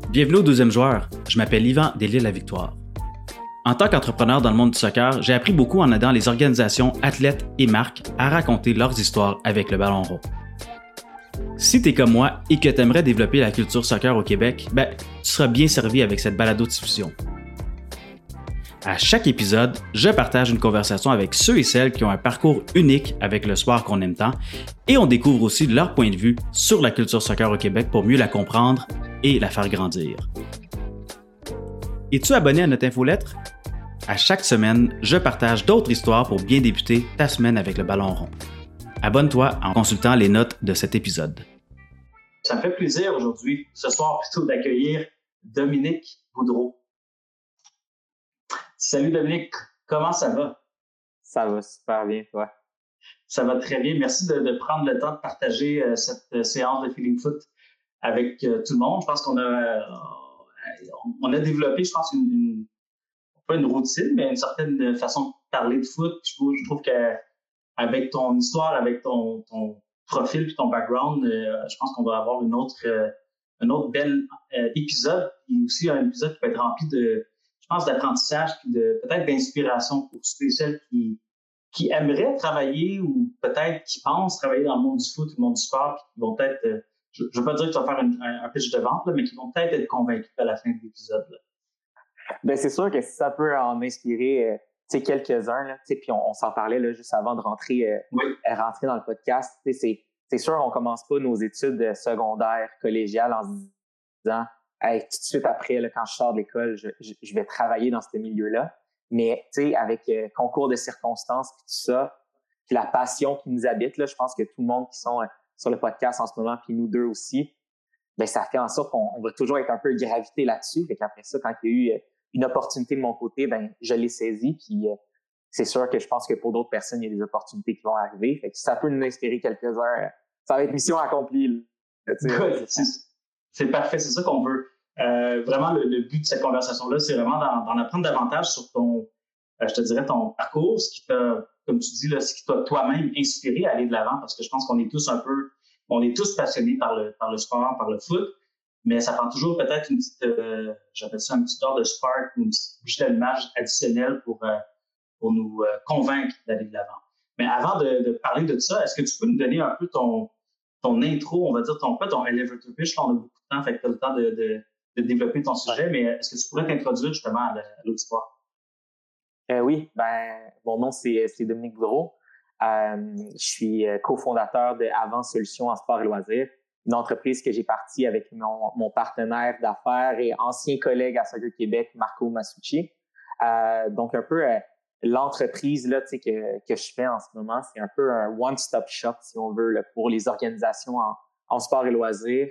Bienvenue au 12e joueur. Je m'appelle Yvan Delisle-La-Victoire. En tant qu'entrepreneur dans le monde du soccer, j'ai appris beaucoup en aidant les organisations, athlètes et marques à raconter leurs histoires avec le ballon rond. Si t'es comme moi et que t'aimerais développer la culture soccer au Québec, tu seras bien servi avec cette balado-diffusion. À chaque épisode, je partage une conversation avec ceux et celles qui ont un parcours unique avec le sport qu'on aime tant et on découvre aussi leur point de vue sur la culture soccer au Québec pour mieux la comprendre et la faire grandir. Es-tu abonné à notre infolettre? À chaque semaine, je partage d'autres histoires pour bien débuter ta semaine avec le ballon rond. Abonne-toi en consultant les notes de cet épisode. Ça me fait plaisir aujourd'hui, ce soir plutôt, d'accueillir Dominique Boudreau. Salut Dominique, comment ça va? Ça va super bien, toi? Ça va très bien. Merci de prendre le temps de partager cette séance de Feeling Foot avec tout le monde. Je pense qu'on a développé, je pense, pas une routine, mais une certaine façon de parler de foot. Je trouve qu'avec ton histoire, avec ton profil et ton background, je pense qu'on va avoir un autre bel épisode, et aussi un épisode qui va être rempli d'apprentissage puis peut-être d'inspiration pour ceux et celles qui aimeraient travailler ou peut-être qui pensent travailler dans le monde du foot ou le monde du sport, puis qui vont peut-être, je ne veux pas dire que tu vas faire un pitch de vente, là, mais qui vont peut-être être convaincus à la fin de l'épisode. Ben, c'est sûr que si ça peut en inspirer quelques-uns, là, puis on s'en parlait là, juste avant de rentrer dans le podcast, c'est sûr qu'on commence pas nos études secondaires, collégiales en se disant hey, tout de suite après, là, quand je sors de l'école, je vais travailler dans ce milieu-là. Mais avec concours de circonstances puis tout ça, puis la passion qui nous habite, là, je pense que tout le monde qui sont sur le podcast en ce moment, puis nous deux aussi, ben ça fait en sorte qu'on va toujours être un peu gravité là-dessus. Fait qu'après ça, quand il y a eu une opportunité de mon côté, ben je l'ai saisie. Puis c'est sûr que je pense que pour d'autres personnes, il y a des opportunités qui vont arriver. Fait que si ça peut nous inspirer quelques heures, ça va être mission accomplie. C'est parfait, c'est ça qu'on veut. Vraiment, le but de cette conversation-là, c'est vraiment d'en apprendre davantage sur ton parcours, ce qui t'a, comme tu dis, là, ce qui t'a toi-même inspiré à aller de l'avant, parce que je pense qu'on est tous passionnés par le sport, par le foot, mais ça prend toujours peut-être une petite, j'appelle ça un petit heure de spark, une petite bouche d'allumage additionnelle pour nous convaincre d'aller de l'avant. Mais avant de parler de ça, est-ce que tu peux nous donner un peu ton intro, on va dire ton elevator pitch? Là, on a beaucoup de temps, fait que tu as le temps de développer ton sujet, mais est-ce que tu pourrais t'introduire justement à l'auditoire? Oui, mon nom, c'est Dominique Boudreau. Je suis cofondateur de Avant Solutions en sport et loisirs, une entreprise que j'ai partie avec mon partenaire d'affaires et ancien collègue à Soccer Québec, Marco Masucci. Donc, un peu l'entreprise là, que je fais en ce moment, c'est un peu un one-stop shop, si on veut, là, pour les organisations en sport et loisirs.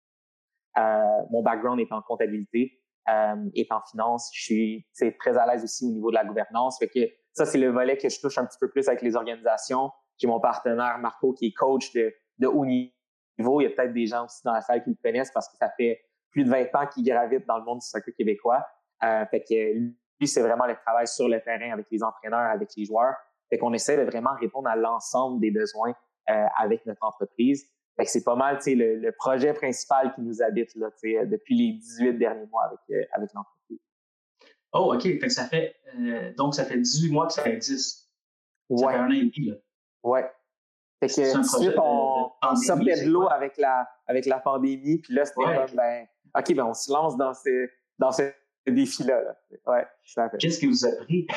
Mon background est en comptabilité, est en finance. Je suis très à l'aise aussi au niveau de la gouvernance. Fait que ça, c'est le volet que je touche un petit peu plus avec les organisations. J'ai mon partenaire Marco qui est coach de haut niveau. Il y a peut-être des gens aussi dans la salle qui le connaissent parce que ça fait plus de 20 ans qu'il gravite dans le monde du soccer québécois. Fait que lui, c'est vraiment le travail sur le terrain avec les entraîneurs, avec les joueurs. Fait qu'on essaie de vraiment répondre à l'ensemble des besoins avec notre entreprise. Fait que c'est pas mal, le projet principal qui nous habite là, depuis les 18 derniers mois avec l'entreprise. Oh, OK. Fait que ça fait 18 mois que ça existe. Ouais. Ça fait 1 an et demi, là. Ouais. Fait que ensuite, on sortait de l'eau avec la pandémie, puis là, c'était comme, OK, on se lance dans ce défi-là. Là. Ouais, ça fait. Qu'est-ce qui vous a pris?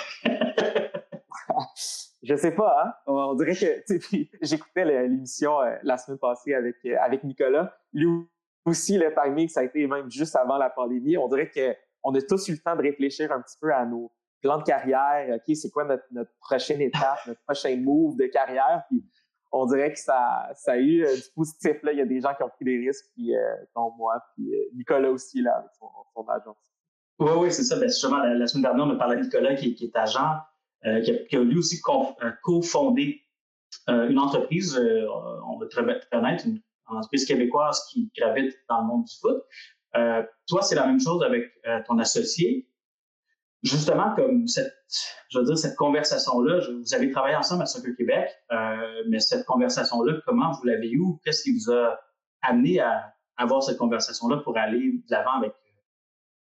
Je sais pas, hein. On dirait que j'écoutais l'émission la semaine passée avec Nicolas. Lui aussi, le timing, ça a été même juste avant la pandémie. On dirait qu'on a tous eu le temps de réfléchir un petit peu à nos plans de carrière. OK, c'est quoi notre prochaine étape, notre prochain move de carrière? Puis on dirait que ça a eu du positif. Là. Il y a des gens qui ont pris des risques, puis dont moi, puis Nicolas aussi, là, avec son agence. Oui, c'est ça. Ben, justement, la semaine dernière, on a parlé de Nicolas qui est agent, qui a lui aussi cofondé une entreprise, on va très honnête, une entreprise québécoise qui gravite dans le monde du foot. Toi, c'est la même chose avec ton associé. Justement, comme cette conversation-là, vous avez travaillé ensemble à Soccer Québec, mais cette conversation-là, comment vous l'avez eue? Qu'est-ce qui vous a amené à avoir cette conversation-là pour aller de l'avant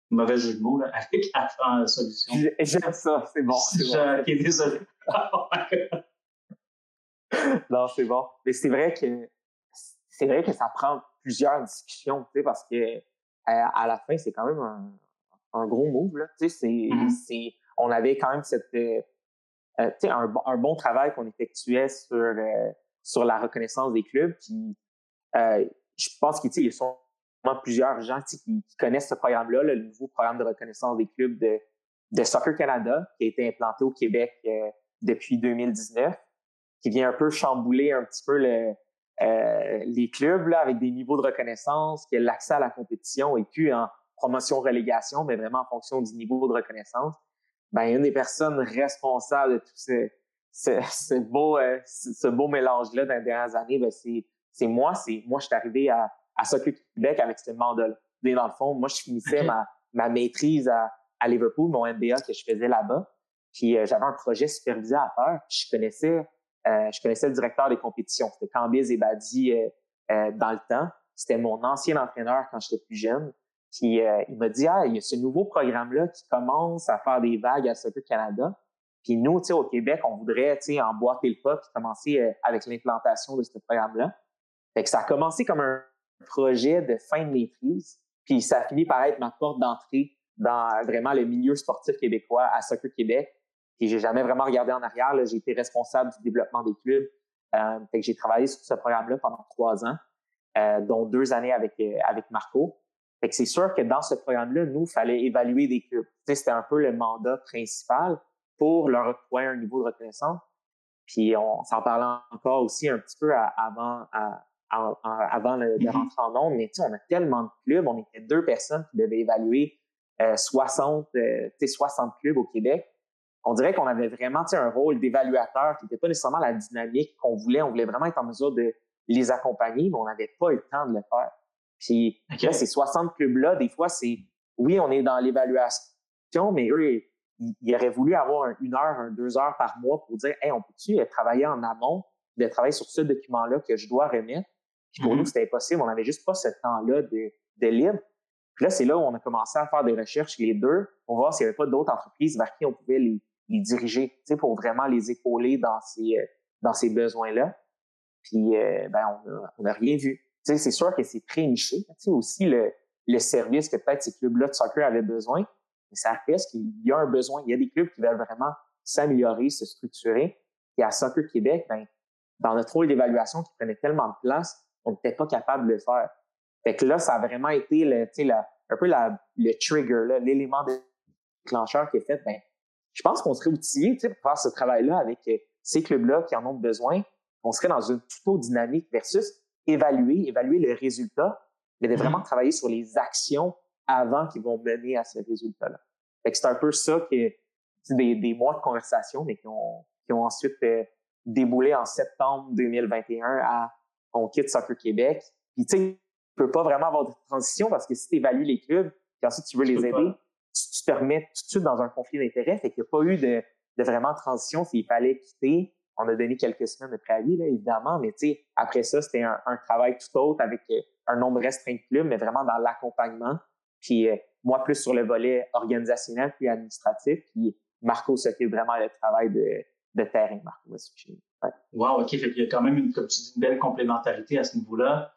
Mauvais jeu de mots, là, avec la solution. J'aime ça, c'est bon. Ok, désolé. Non, c'est bon. Mais c'est vrai que ça prend plusieurs discussions, tu sais, parce que à la fin, c'est quand même un gros move, là. Tu sais, on avait quand même tu sais, un bon travail qu'on effectuait sur la reconnaissance des clubs. Puis, je pense qu'il y a sûrement plusieurs gens qui connaissent ce programme-là, le nouveau programme de reconnaissance des clubs de Soccer Canada, qui a été implanté au Québec depuis 2019, qui vient un peu chambouler un petit peu les clubs là, avec des niveaux de reconnaissance, que l'accès à la compétition est plus en promotion-relégation, mais vraiment en fonction du niveau de reconnaissance. Ben, une des personnes responsables de tout ce beau mélange-là dans les dernières années, ben, c'est moi. Moi, je suis arrivé à Soccer Québec avec ce mandat-là. Et dans le fond, moi, je finissais ma maîtrise à Liverpool, mon MBA que je faisais là-bas. Puis j'avais un projet supervisé à faire. Puis je connaissais le directeur des compétitions. C'était Cambiz Ebadi dans le temps. C'était mon ancien entraîneur quand j'étais plus jeune. Puis il m'a dit, il y a ce nouveau programme-là qui commence à faire des vagues à Soccer Canada. Puis nous, tu sais, au Québec, on voudrait, tu sais, emboîter le pas puis commencer avec l'implantation de ce programme-là. Fait que ça a commencé comme un projet de fin de maîtrise. Puis ça a fini par être ma porte d'entrée dans vraiment le milieu sportif québécois à Soccer Québec. Puis j'ai jamais vraiment regardé en arrière. Là. J'ai été responsable du développement des clubs. Fait que j'ai travaillé sur ce programme-là pendant 3 ans, dont 2 années avec Marco. Fait que c'est sûr que dans ce programme-là, nous, il fallait évaluer des clubs. Tu sais, c'était un peu le mandat principal pour leur octroyer un niveau de reconnaissance. Puis on s'en parlait encore aussi un petit peu avant de rentrer en ondes. Mais tu sais, on a tellement de clubs. On était 2 personnes qui devaient évaluer 60 clubs au Québec. On dirait qu'on avait vraiment un rôle d'évaluateur qui n'était pas nécessairement la dynamique qu'on voulait. On voulait vraiment être en mesure de les accompagner, mais on n'avait pas le temps de le faire. Puis là, ces 60 clubs-là, des fois, oui, on est dans l'évaluation, mais eux, ils auraient voulu avoir 1 heure, 2 heures par mois pour dire, hey, on peut-tu travailler en amont, de travailler sur ce document-là que je dois remettre. Puis pour nous, c'était impossible. On n'avait juste pas ce temps-là de libre. Puis là, c'est là où on a commencé à faire des recherches, les deux, pour voir s'il n'y avait pas d'autres entreprises vers qui on pouvait les diriger, tu sais, pour vraiment les épauler dans ces besoins-là. Puis, on a rien vu. Tu sais, c'est sûr que c'est très niché. Tu sais, aussi le service que peut-être ces clubs-là de soccer avaient besoin, mais ça reste qu'il y a un besoin. Il y a des clubs qui veulent vraiment s'améliorer, se structurer. Et à Soccer Québec, dans notre rôle d'évaluation qui prenait tellement de place, on n'était pas capable de le faire. Fait que là, ça a vraiment été un peu le trigger, là, l'élément déclencheur qui est fait. Je pense qu'on serait outillé pour faire ce travail-là avec ces clubs-là qui en ont besoin. On serait dans une toute autre dynamique versus évaluer le résultat, mais de vraiment travailler sur les actions avant qu'ils vont mener à ce résultat-là. Fait que c'est un peu ça que des mois de conversation, mais qui ont ensuite déboulé en septembre 2021 à on quitte Soccer Québec. Puis tu sais, tu peux pas vraiment avoir de transition parce que si tu évalues les clubs, puis ensuite tu veux les aider, tu te remets tout de suite dans un conflit d'intérêts. Fait qu'il n'y a pas eu de vraiment transition s'il fallait quitter. On a donné quelques semaines de préavis, là, évidemment, mais tu sais, après ça, c'était un travail tout autre avec un nombre restreint de clubs, mais vraiment dans l'accompagnement. Puis moi, plus sur le volet organisationnel puis administratif. Puis Marco s'occupe vraiment du travail de terrain, Marco. Ouais. Wow, OK. Fait qu'il y a quand même, comme tu dis, une belle complémentarité à ce niveau-là.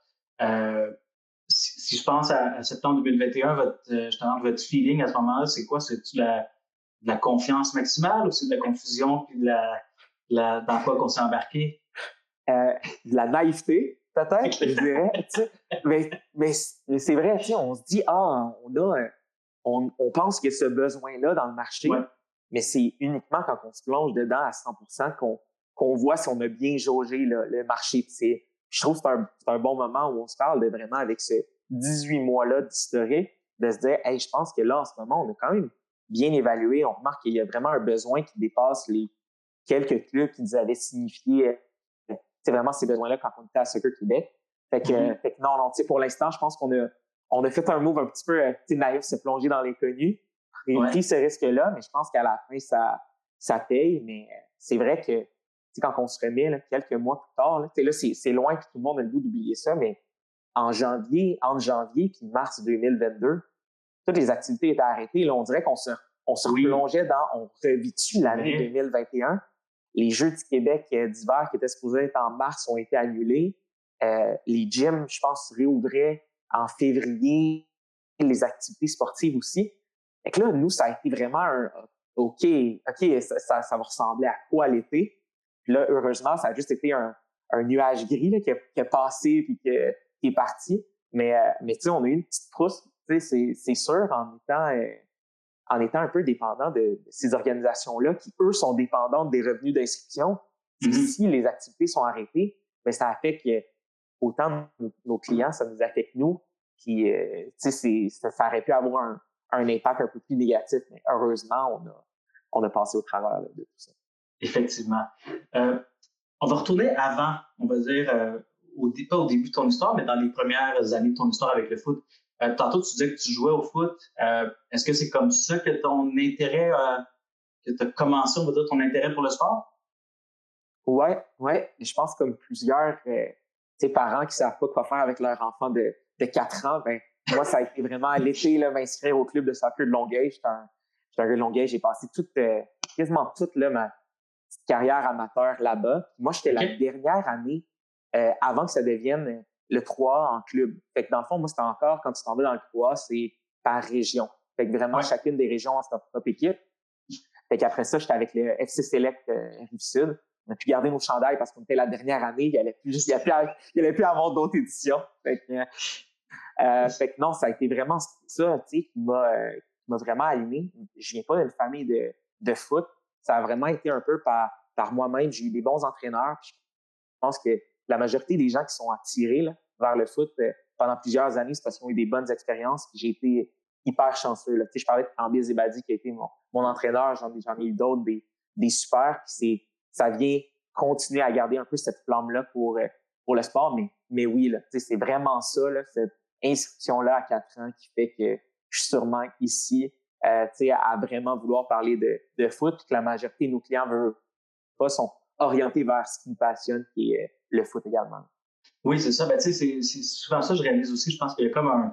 Si je pense à septembre 2021, justement, votre feeling à ce moment-là, c'est quoi? C'est-tu de la confiance maximale ou c'est de la confusion puis dans quoi qu'on s'est embarqué? De la naïveté, peut-être, je dirais. Mais c'est vrai, on se dit, on pense qu'il y a ce besoin-là dans le marché, mais c'est uniquement quand on se plonge dedans à 100% qu'on voit si on a bien jaugé le marché. Je trouve que c'est un bon moment où on se parle de vraiment avec ce 18 mois-là d'historique, de se dire, hey, je pense que là, en ce moment, on a quand même bien évalué. On remarque qu'il y a vraiment un besoin qui dépasse les quelques clubs qui nous avaient signifié vraiment ces besoins-là quand on était à Soccer Québec. Fait que non, pour l'instant, je pense qu'on a fait un move un petit peu naïf, se plonger dans l'inconnu. J'ai pris ce risque-là, mais je pense qu'à la fin, ça paye. Mais c'est vrai que quand on se remet là, quelques mois plus tard, là, c'est loin que tout le monde a le goût d'oublier ça, mais entre janvier et mars 2022, toutes les activités étaient arrêtées. Là, on dirait qu'on se replongeait on revit-tu l'année 2021. Les Jeux du Québec d'hiver qui étaient supposés être en mars ont été annulés. Les gyms, je pense, réouvraient en février. Les activités sportives aussi. Fait que là, nous, ça a été vraiment OK, ça va ressembler à quoi l'été? Puis là, heureusement, ça a juste été un nuage gris là, qui a passé puis qui est parti. Mais tu sais, on a eu une petite frousse, tu sais, c'est sûr, en étant un peu dépendant de ces organisations-là qui, eux, sont dépendantes des revenus d'inscription. Si les activités sont arrêtées, ben ça affecte autant nos clients, ça nous affecte nous. Puis, tu sais, ça aurait pu avoir un impact un peu plus négatif, mais heureusement, on a passé au travers de tout ça. Effectivement. On va retourner avant, on va dire, pas au début de ton histoire, mais dans les premières années de ton histoire avec le foot. Tantôt, tu disais que tu jouais au foot. Est-ce que c'est comme ça que ton intérêt, que tu as commencé, on va dire, ton intérêt pour le sport? Ouais. Je pense comme plusieurs parents qui savent pas quoi faire avec leur enfant de 4 ans, ben moi, ça a été vraiment à l'été, là, m'inscrire au club de soccer de Longueuil. J'étais un gars de Longueuil. J'ai passé quasiment toute là, ma petite carrière amateur là-bas. Moi, j'étais la dernière année avant que ça devienne le 3A en club. Fait que dans le fond, moi, c'était encore, quand tu t'en vas dans le 3A, c'est par région. Fait que vraiment, chacune des régions a sa propre équipe. Fait qu'après ça, j'étais avec le FC Select Rive-Sud. On a pu garder nos chandails parce qu'on était la dernière année. Il y avait plus avoir d'autres éditions. Fait que non, ça a été vraiment ça, tu sais, qui m'a vraiment allumé. Je viens pas d'une famille de foot. Ça a vraiment été un peu par moi-même. J'ai eu des bons entraîneurs. Puis je pense que la majorité des gens qui sont attirés là, vers le foot pendant plusieurs années, c'est parce qu'ils ont eu des bonnes expériences. Puis j'ai été hyper chanceux. Là. Tu sais, je parlais de Cambier Zebadi qui a été mon entraîneur. J'en ai eu d'autres, des super. Puis ça vient continuer à garder un peu cette flamme-là pour le sport. Mais oui, là, tu sais, c'est vraiment ça, là, cette inscription-là à 4 ans qui fait que je suis sûrement ici à vraiment vouloir parler de foot, puis que la majorité de nos clients sont orientés vers ce qui nous passionne, qui est le foot également. Oui, c'est ça. Ben, c'est souvent ça que je réalise aussi. Je pense qu'il y a comme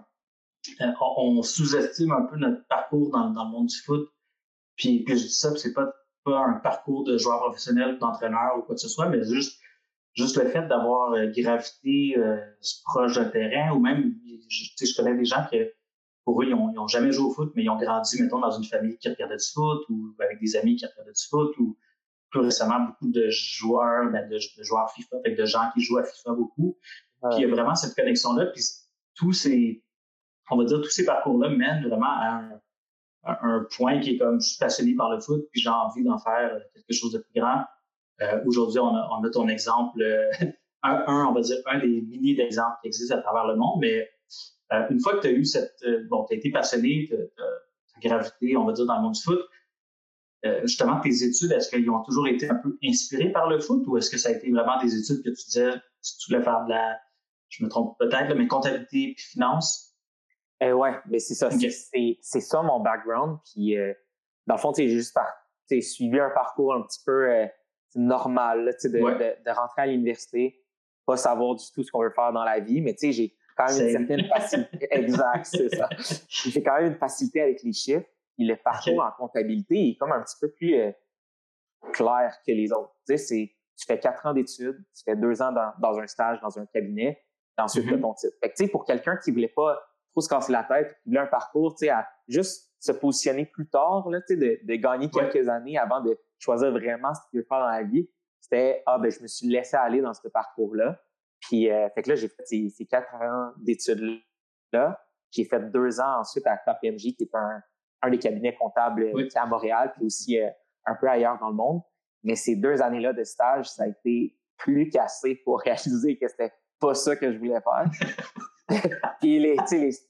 on sous-estime un peu notre parcours dans le monde du foot. Puis je dis ça, puis c'est pas un parcours de joueur professionnel, d'entraîneur ou quoi que ce soit, mais juste le fait d'avoir gravité proche d'un terrain, ou même, je connais des gens qui, pour eux, ils ont jamais joué au foot, mais ils ont grandi, mettons, dans une famille qui regardait du foot, ou avec des amis qui regardaient du foot, ou plus récemment, beaucoup de joueurs, de joueurs FIFA, avec de gens qui jouent à FIFA beaucoup. Puis il y a vraiment cette connexion-là, puis tous ces parcours-là mènent vraiment à un point qui est comme, je suis passionné par le foot, puis j'ai envie d'en faire quelque chose de plus grand. Aujourd'hui, on a ton exemple, on va dire, un des milliers d'exemples qui existent à travers le monde, mais une fois que tu as eu t'as été passionné, t'as gravité, on va dire, dans le monde du foot, justement, tes études, est-ce qu'ils ont toujours été un peu inspirés par le foot, ou est-ce que ça a été vraiment des études que tu disais, si tu voulais faire je me trompe peut-être, mais comptabilité puis finance? Ouais, mais c'est ça. Okay. C'est ça mon background. Puis, dans le fond, j'ai juste suivi un parcours un petit peu normal là, de rentrer à l'université, pas savoir du tout ce qu'on veut faire dans la vie, mais j'ai quand même une certaine facilité. Exact, c'est ça. J'ai quand même une facilité avec les chiffres. Puis le parcours en comptabilité est comme un petit peu plus clair que les autres. Tu fais 4 ans d'études, tu fais 2 ans dans un stage, dans un cabinet, et ensuite tu as ton titre. Fait que, pour quelqu'un qui voulait pas trop se casser la tête, qui voulait un parcours, à juste se positionner plus tard, là, de gagner quelques années avant de choisir vraiment ce qu'il veut faire dans la vie, c'était je me suis laissé aller dans ce parcours-là. Puis fait que là, j'ai fait ces 4 ans d'études-là. J'ai fait 2 ans ensuite à KPMG, qui est un des cabinets comptables à Montréal, puis aussi un peu ailleurs dans le monde. Mais ces 2 années-là de stage, ça a été plus qu'assez pour réaliser que c'était pas ça que je voulais faire. Puis les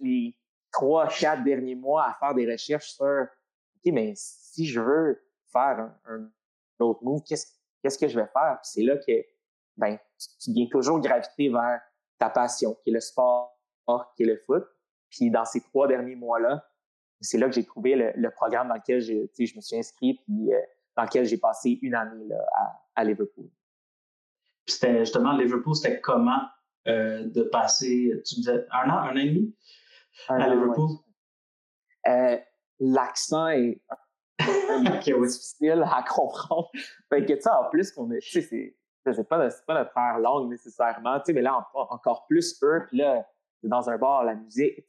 3-4 derniers mois à faire des recherches sur OK, mais si je veux faire un autre move, qu'est-ce que je vais faire? Puis c'est là que tu viens toujours graviter vers ta passion, qui est le sport, qui est le foot. Puis dans ces 3 derniers mois-là, c'est là que j'ai trouvé le programme dans lequel je me suis inscrit, puis dans lequel j'ai passé 1 année là, à Liverpool. Puis c'était justement, Liverpool, c'était comment de passer, tu me disais, 1 an et demi à Liverpool? L'accent est difficile à comprendre. Fait que, tu sais, en plus, c'est pas notre première langue nécessairement, tu sais, mais là, encore plus eux, puis là, c'est dans un bar, la musique,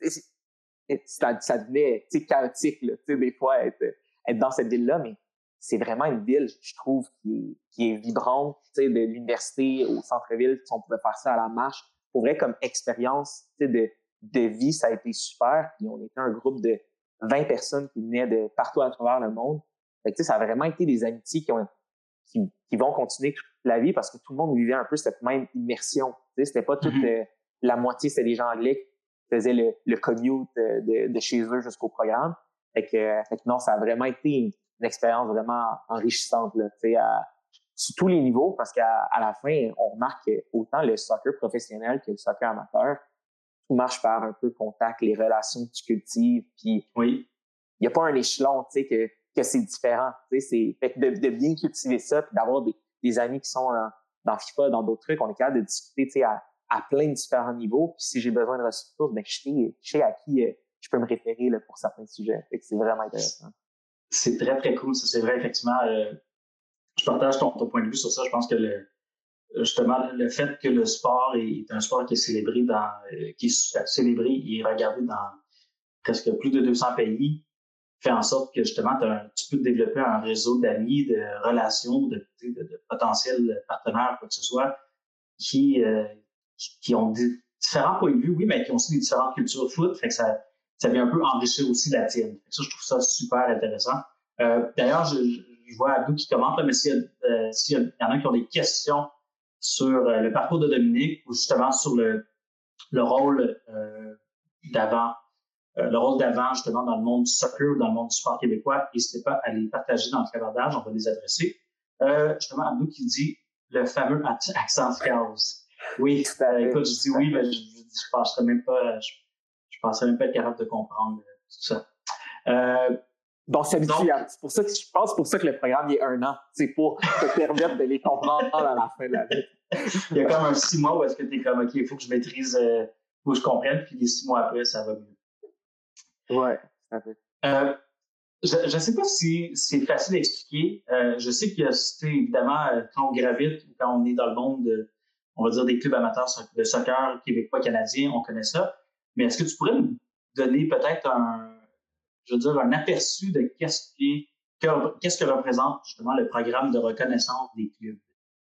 ça devenait, tu sais, chaotique, là, tu sais, des fois, être dans cette ville-là, mais c'est vraiment une ville, je trouve, qui est vibrante, tu sais, de l'université au centre-ville, si on pouvait faire ça à la marche. Pour vrai, comme expérience, tu sais, de vie, ça a été super. Puis on était un groupe de 20 personnes qui venaient de partout à travers le monde. Fait que, tu sais, ça a vraiment été des amitiés qui vont continuer toute la vie parce que tout le monde vivait un peu cette même immersion. Tu sais, c'était pas toute la moitié, c'était des gens anglais qui faisaient le commute de chez eux jusqu'au programme. Fait que non, ça a vraiment été une expérience vraiment enrichissante, là, tu sais, sur tous les niveaux, parce qu'à la fin, on remarque que autant le soccer professionnel que le soccer amateur, tout marche par un peu contact, les relations que tu cultives, puis il n'y a pas un échelon, tu sais, que c'est différent, tu sais, fait que de bien cultiver ça, puis d'avoir des amis qui sont dans FIFA, dans d'autres trucs, on est capable de discuter, tu sais, à plein de différents niveaux, puis si j'ai besoin de ressources, ben je sais à qui je peux me référer là, pour certains sujets, fait que c'est vraiment intéressant. C'est très, très cool, ça, c'est vrai, effectivement. Je partage ton point de vue sur ça. Je pense que justement, le fait que le sport est un sport qui est célébré qui est super célébré et regardé dans presque plus de 200 pays, fait en sorte que justement, tu peux développer un réseau d'amis, de relations, de potentiels partenaires, quoi que ce soit, qui ont différents points de vue, oui, mais qui ont aussi des différentes cultures foot. Fait que ça vient un peu enrichir aussi la tienne. Fait que ça, je trouve ça super intéressant. D'ailleurs, je vois Abdou qui commente, là, mais s'il y en a qui ont des questions sur le parcours de Dominique ou justement sur le rôle d'avant, justement, dans le monde du soccer ou dans le monde du sport québécois, n'hésitez pas à les partager dans le clavardage, on va les adresser. Justement, Abdou qui dit le fameux accent Scouse. Oui, écoute, je dis oui, mais je penserais même pas, je penserais même pas être capable de comprendre tout ça. Donc, c'est pour ça que je pense pour ça que le programme est 1 an. C'est pour te permettre de les comprendre à la fin de l'année. Il y a comme un 6 mois où est-ce que tu es comme, OK, il faut que je maîtrise, faut que je comprenne, puis les 6 mois après, ça va mieux. Ouais, ça fait. Je ne sais pas si c'est facile à expliquer. Je sais qu'il y a, évidemment, quand on gravite ou quand on est dans le monde, on va dire, des clubs amateurs de soccer québécois, canadiens, on connaît ça. Mais est-ce que tu pourrais nous donner peut-être un aperçu de qu'est-ce que représente justement le programme de reconnaissance des clubs?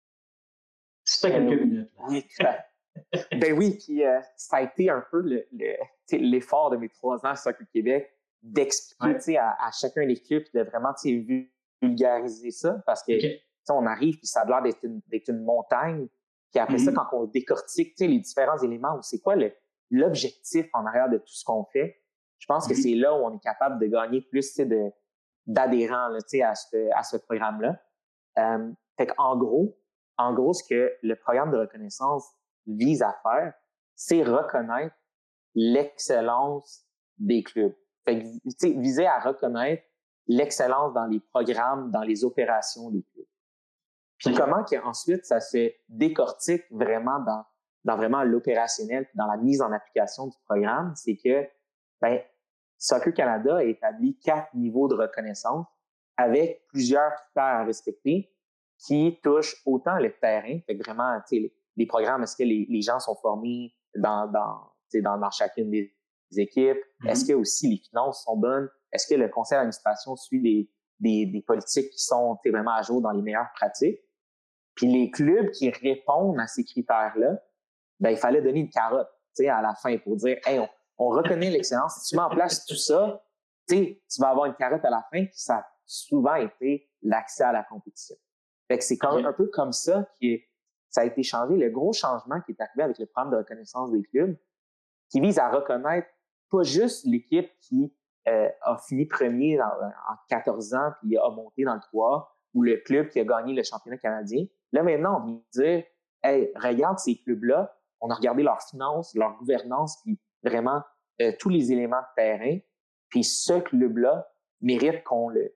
Si tu as quelques minutes. Là. Oui, ben oui, puis ça a été un peu l'effort de mes 3 ans à Soccer Québec d'expliquer à chacun des clubs de vraiment vulgariser ça parce que on arrive puis ça a l'air d'être une montagne. Puis après ça, quand on décortique les différents éléments, c'est quoi l'objectif en arrière de tout ce qu'on fait, je pense que c'est là où on est capable de gagner plus d'adhérents là, à ce programme-là. Fait qu'en gros, ce que le programme de reconnaissance vise à faire, c'est reconnaître l'excellence des clubs. Fait que, viser à reconnaître l'excellence dans les programmes, dans les opérations des clubs. Puis comment qu'ensuite ça se décortique vraiment dans vraiment l'opérationnel, dans la mise en application du programme, c'est que Soccer Canada a établi 4 niveaux de reconnaissance avec plusieurs critères à respecter qui touchent autant le terrain, fait que vraiment, les programmes, est-ce que les gens sont formés dans chacune des équipes? Est-ce que aussi les finances sont bonnes? Est-ce que le conseil d'administration suit des politiques qui sont vraiment à jour dans les meilleures pratiques? Puis les clubs qui répondent à ces critères-là, il fallait donner une carotte à la fin pour dire hey, on reconnaît l'excellence. Si tu mets en place tout ça, tu vas avoir une carotte à la fin, puis ça a souvent été l'accès à la compétition. Fait que c'est quand même un peu comme ça ça a été changé. Le gros changement qui est arrivé avec le programme de reconnaissance des clubs, qui vise à reconnaître pas juste l'équipe qui a fini premier en 14 ans puis a monté dans le 3 ou le club qui a gagné le championnat canadien. Là, maintenant, on vient dire hey, regarde ces clubs-là, on a regardé leurs finances, leur gouvernance, puis vraiment tous les éléments de terrain. Puis ce club-là mérite qu'on le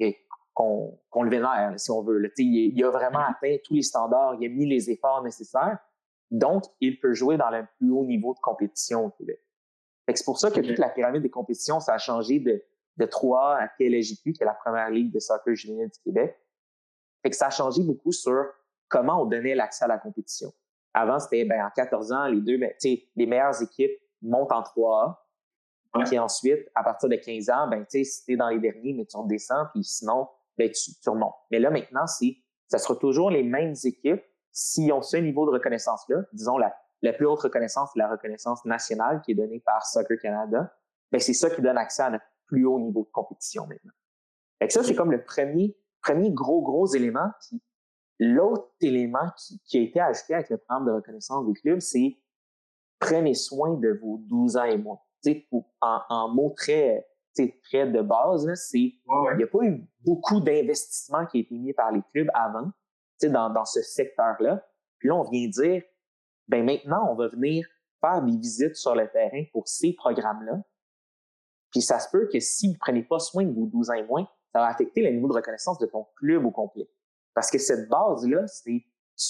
vénère, si on veut. Il a vraiment atteint tous les standards, il a mis les efforts nécessaires. Donc, il peut jouer dans le plus haut niveau de compétition au Québec. C'est pour ça que toute la pyramide des compétitions, ça a changé de 3A à PLSJQ, qui est la première ligue de soccer juvénile du Québec. Fait que ça a changé beaucoup sur comment on donnait l'accès à la compétition. Avant, c'était, en 14 ans, les meilleures équipes montent en 3A. Ouais. Puis ensuite, à partir de 15 ans, si t'es dans les derniers, mais tu redescends, puis sinon, tu remontes. Mais là, maintenant, ça sera toujours les mêmes équipes si on ce niveau de reconnaissance-là. Disons, la plus haute reconnaissance, c'est la reconnaissance nationale qui est donnée par Soccer Canada. C'est ça qui donne accès à notre plus haut niveau de compétition maintenant. Fait que ça, c'est comme le premier gros élément. L'autre élément qui a été ajouté avec le programme de reconnaissance des clubs, c'est prenez soin de vos 12 ans et moins. En mots très de base, il n'y a pas eu beaucoup d'investissement qui a été mis par les clubs avant dans ce secteur-là. Puis là, on vient dire, maintenant, on va venir faire des visites sur le terrain pour ces programmes-là. Puis ça se peut que si vous ne prenez pas soin de vos 12 ans et moins, ça va affecter le niveau de reconnaissance de ton club au complet. Parce que cette base-là, c'est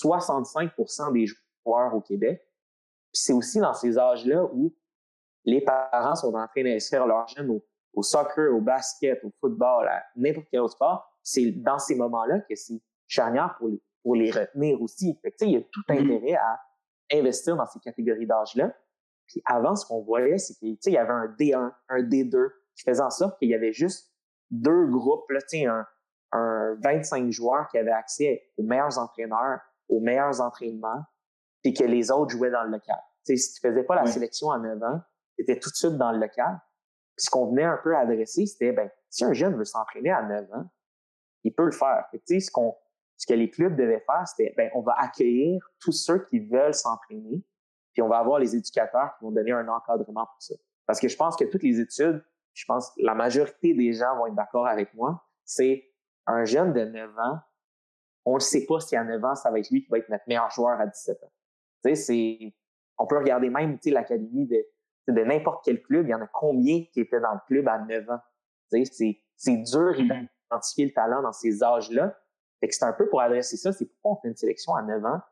65% des joueurs au Québec. Puis c'est aussi dans ces âges-là où les parents sont en train d'inscrire leurs jeunes au soccer, au basket, au football, à n'importe quel autre sport. C'est dans ces moments-là que c'est charnière pour les retenir aussi. Fait que, il y a tout intérêt à investir dans ces catégories d'âge-là. Puis avant, ce qu'on voyait, c'est qu'il y avait un D1, un D2 qui faisait en sorte qu'il y avait juste 2 groupes, là, un 25 joueurs qui avaient accès aux meilleurs entraîneurs, aux meilleurs entraînements, puis que les autres jouaient dans le local. Si tu faisais pas la sélection à 9 ans, tu étais tout de suite dans le local. Puis ce qu'on venait un peu adresser, c'était, si un jeune veut s'entraîner à 9 ans, il peut le faire. Fait que, ce que les clubs devaient faire, c'était, on va accueillir tous ceux qui veulent s'entraîner, puis on va avoir les éducateurs qui vont donner un encadrement pour ça. Parce que je pense que toutes les études, je pense que la majorité des gens vont être d'accord avec moi, c'est un jeune de 9 ans, on ne sait pas si à 9 ans, ça va être lui qui va être notre meilleur joueur à 17 ans. On peut regarder même l'académie de n'importe quel club, il y en a combien qui étaient dans le club à 9 ans. C'est dur d'identifier le talent dans ces âges-là. Fait que c'est un peu pour adresser ça, c'est pourquoi on fait une sélection à 9 ans.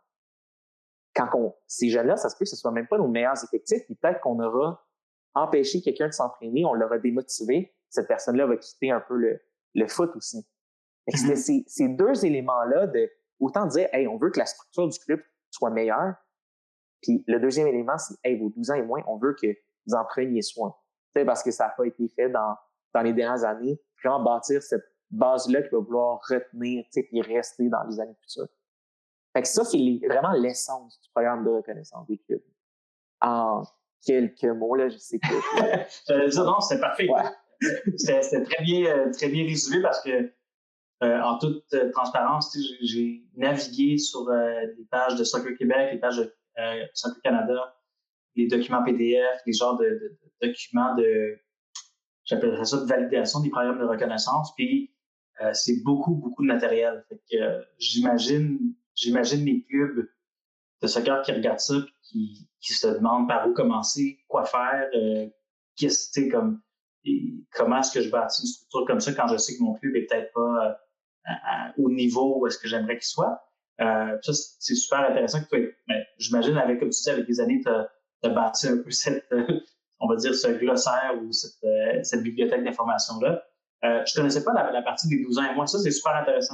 Ces jeunes-là, ça se peut que ce soit même pas nos meilleurs effectifs, puis peut-être qu'on aura empêché quelqu'un de s'entraîner, on l'aura démotivé, cette personne-là va quitter un peu le foot aussi. Fait que c'était ces 2 éléments-là de autant dire, on veut que la structure du club soit meilleure, puis le deuxième élément, c'est, vos 12 ans et moins, on veut que vous en preniez soin. Parce que ça n'a pas été fait dans les dernières années, vraiment bâtir cette base-là qui va vouloir retenir, puis rester dans les années futures. Fait que ça, c'est vraiment l'essence du programme de reconnaissance des clubs. En quelques mots, là, je sais que... J'allais dire, non, c'est parfait. Ouais. C'était très bien résumé parce que, en toute transparence, j'ai navigué sur les pages de Soccer Québec, les pages de Soccer Canada, les documents PDF, les genres de documents j'appellerais ça de validation des programmes de reconnaissance, puis c'est beaucoup de matériel. Fait que j'imagine les clubs de soccer qui regardent ça puis qui se demandent par où commencer, quoi faire, comment est-ce que je bâtis une structure comme ça quand je sais que mon club est peut-être pas au niveau où est-ce que j'aimerais qu'il soit. Ça, c'est super intéressant que j'imagine comme tu dis, avec les années, t'as bâti un peu on va dire, ce glossaire ou cette bibliothèque d'informations-là. Je connaissais pas la partie des 12 ans et moins. Ça, c'est super intéressant.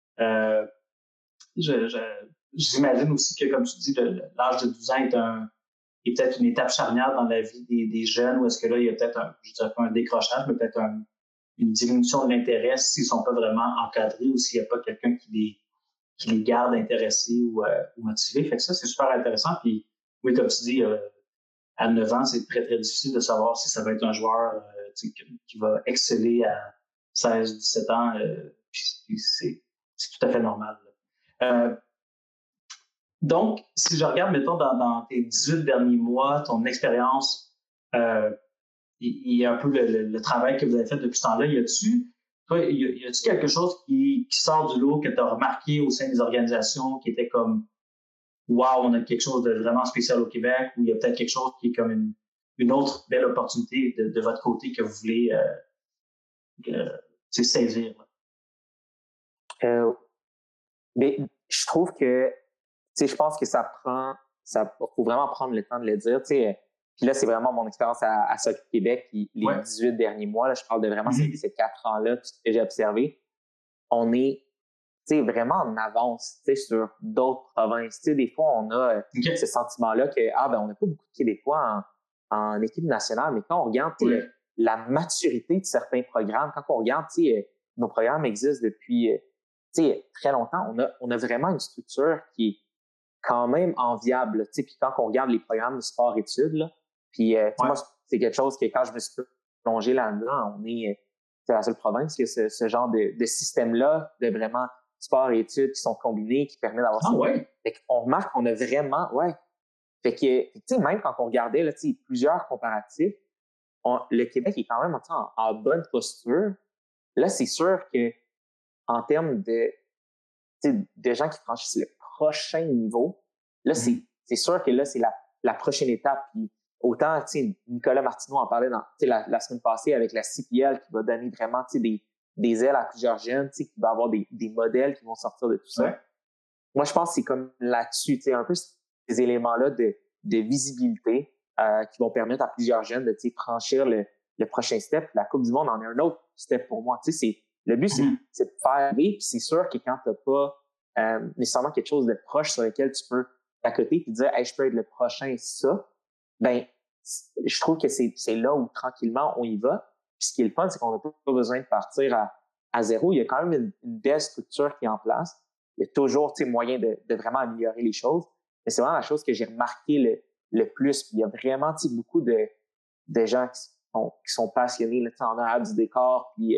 J'imagine aussi que, comme tu dis, l'âge de 12 ans est peut-être une étape charnière dans la vie des jeunes, où est-ce que là, il y a peut-être je dirais pas un décrochage, mais peut-être une diminution de l'intérêt s'ils sont pas vraiment encadrés ou s'il n'y a pas quelqu'un qui les garde intéressés ou motivés. Fait que ça, c'est super intéressant. Puis, oui, comme tu dis, à 9 ans, c'est très difficile de savoir si ça va être un joueur qui va exceller à 16, 17 ans. Puis c'est tout à fait normal. Donc, si je regarde, mettons, dans tes 18 derniers mois, ton expérience, il y a un peu le travail que vous avez fait depuis ce temps-là. Y a-tu quelque chose qui sort du lot que tu as remarqué au sein des organisations qui était comme wow, on a quelque chose de vraiment spécial au Québec, ou il y a peut-être quelque chose qui est comme une autre belle opportunité de votre côté que vous voulez saisir? Mais je trouve que, je pense que faut vraiment prendre le temps de le dire. Puis là, c'est vraiment mon expérience à Soccer Québec, puis les 18 derniers mois, là, je parle de vraiment ces 4 ans-là, tout ce que j'ai observé. On est vraiment en avance sur d'autres provinces. Des fois, on a ce sentiment-là que on n'a pas beaucoup de Québécois en équipe nationale, mais quand on regarde la maturité de certains programmes, quand on regarde nos programmes existent depuis très longtemps, on a vraiment une structure qui est quand même enviable. Puis quand on regarde les programmes de sport-études, puis moi, c'est quelque chose que quand je me suis plongé là-dedans, c'est la seule province qui a ce genre de système-là, de vraiment sport et études qui sont combinés, qui permet d'avoir ça. Fait qu'on remarque qu'on a vraiment, Fait que, même quand on regardait, là, plusieurs comparatifs, le Québec est quand même en bonne posture. Là, c'est sûr que, en termes de gens qui franchissent le prochain niveau, là, c'est sûr que là, c'est la prochaine étape. Puis, autant, Nicolas Martineau en parlait la semaine passée avec la CPL qui va donner vraiment, des ailes à plusieurs jeunes, qui va avoir des modèles qui vont sortir de tout ça. Moi, je pense que c'est comme là-dessus, un peu ces éléments-là de visibilité qui vont permettre à plusieurs jeunes de franchir le prochain step. La Coupe du Monde en est un autre step pour moi. Le but, c'est de faire rire, puis c'est sûr que quand tu n'as pas nécessairement quelque chose de proche sur lequel tu peux t'accoter et dire « Hey, je peux être le prochain, ça », ben je trouve que c'est là où tranquillement on y va. Puis ce qui est le fun, c'est qu'on n'a pas besoin de partir à zéro. Il y a quand même une belle structure qui est en place. Il y a toujours moyen de vraiment améliorer les choses. Mais c'est vraiment la chose que j'ai remarqué le plus. Puis il y a vraiment beaucoup de gens qui sont passionnés. Là, on a hâte du décor. Puis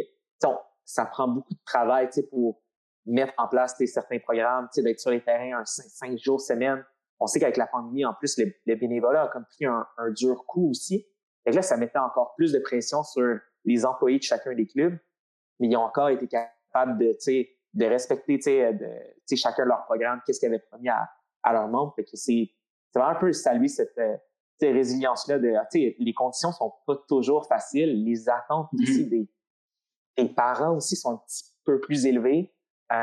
ça prend beaucoup de travail pour mettre en place certains programmes, d'être sur les terrains 5 jours semaine. On sait qu'avec la pandémie, en plus, le bénévolat a comme pris un dur coup aussi. Et là, ça mettait encore plus de pression sur les employés de chacun des clubs, mais ils ont encore été capables de respecter chacun de leurs programmes, qu'est-ce qu'ils avaient promis à leurs membres. Fait que c'est vraiment un peu saluer cette résilience-là les conditions sont pas toujours faciles, les attentes aussi des parents aussi sont un petit peu plus élevées.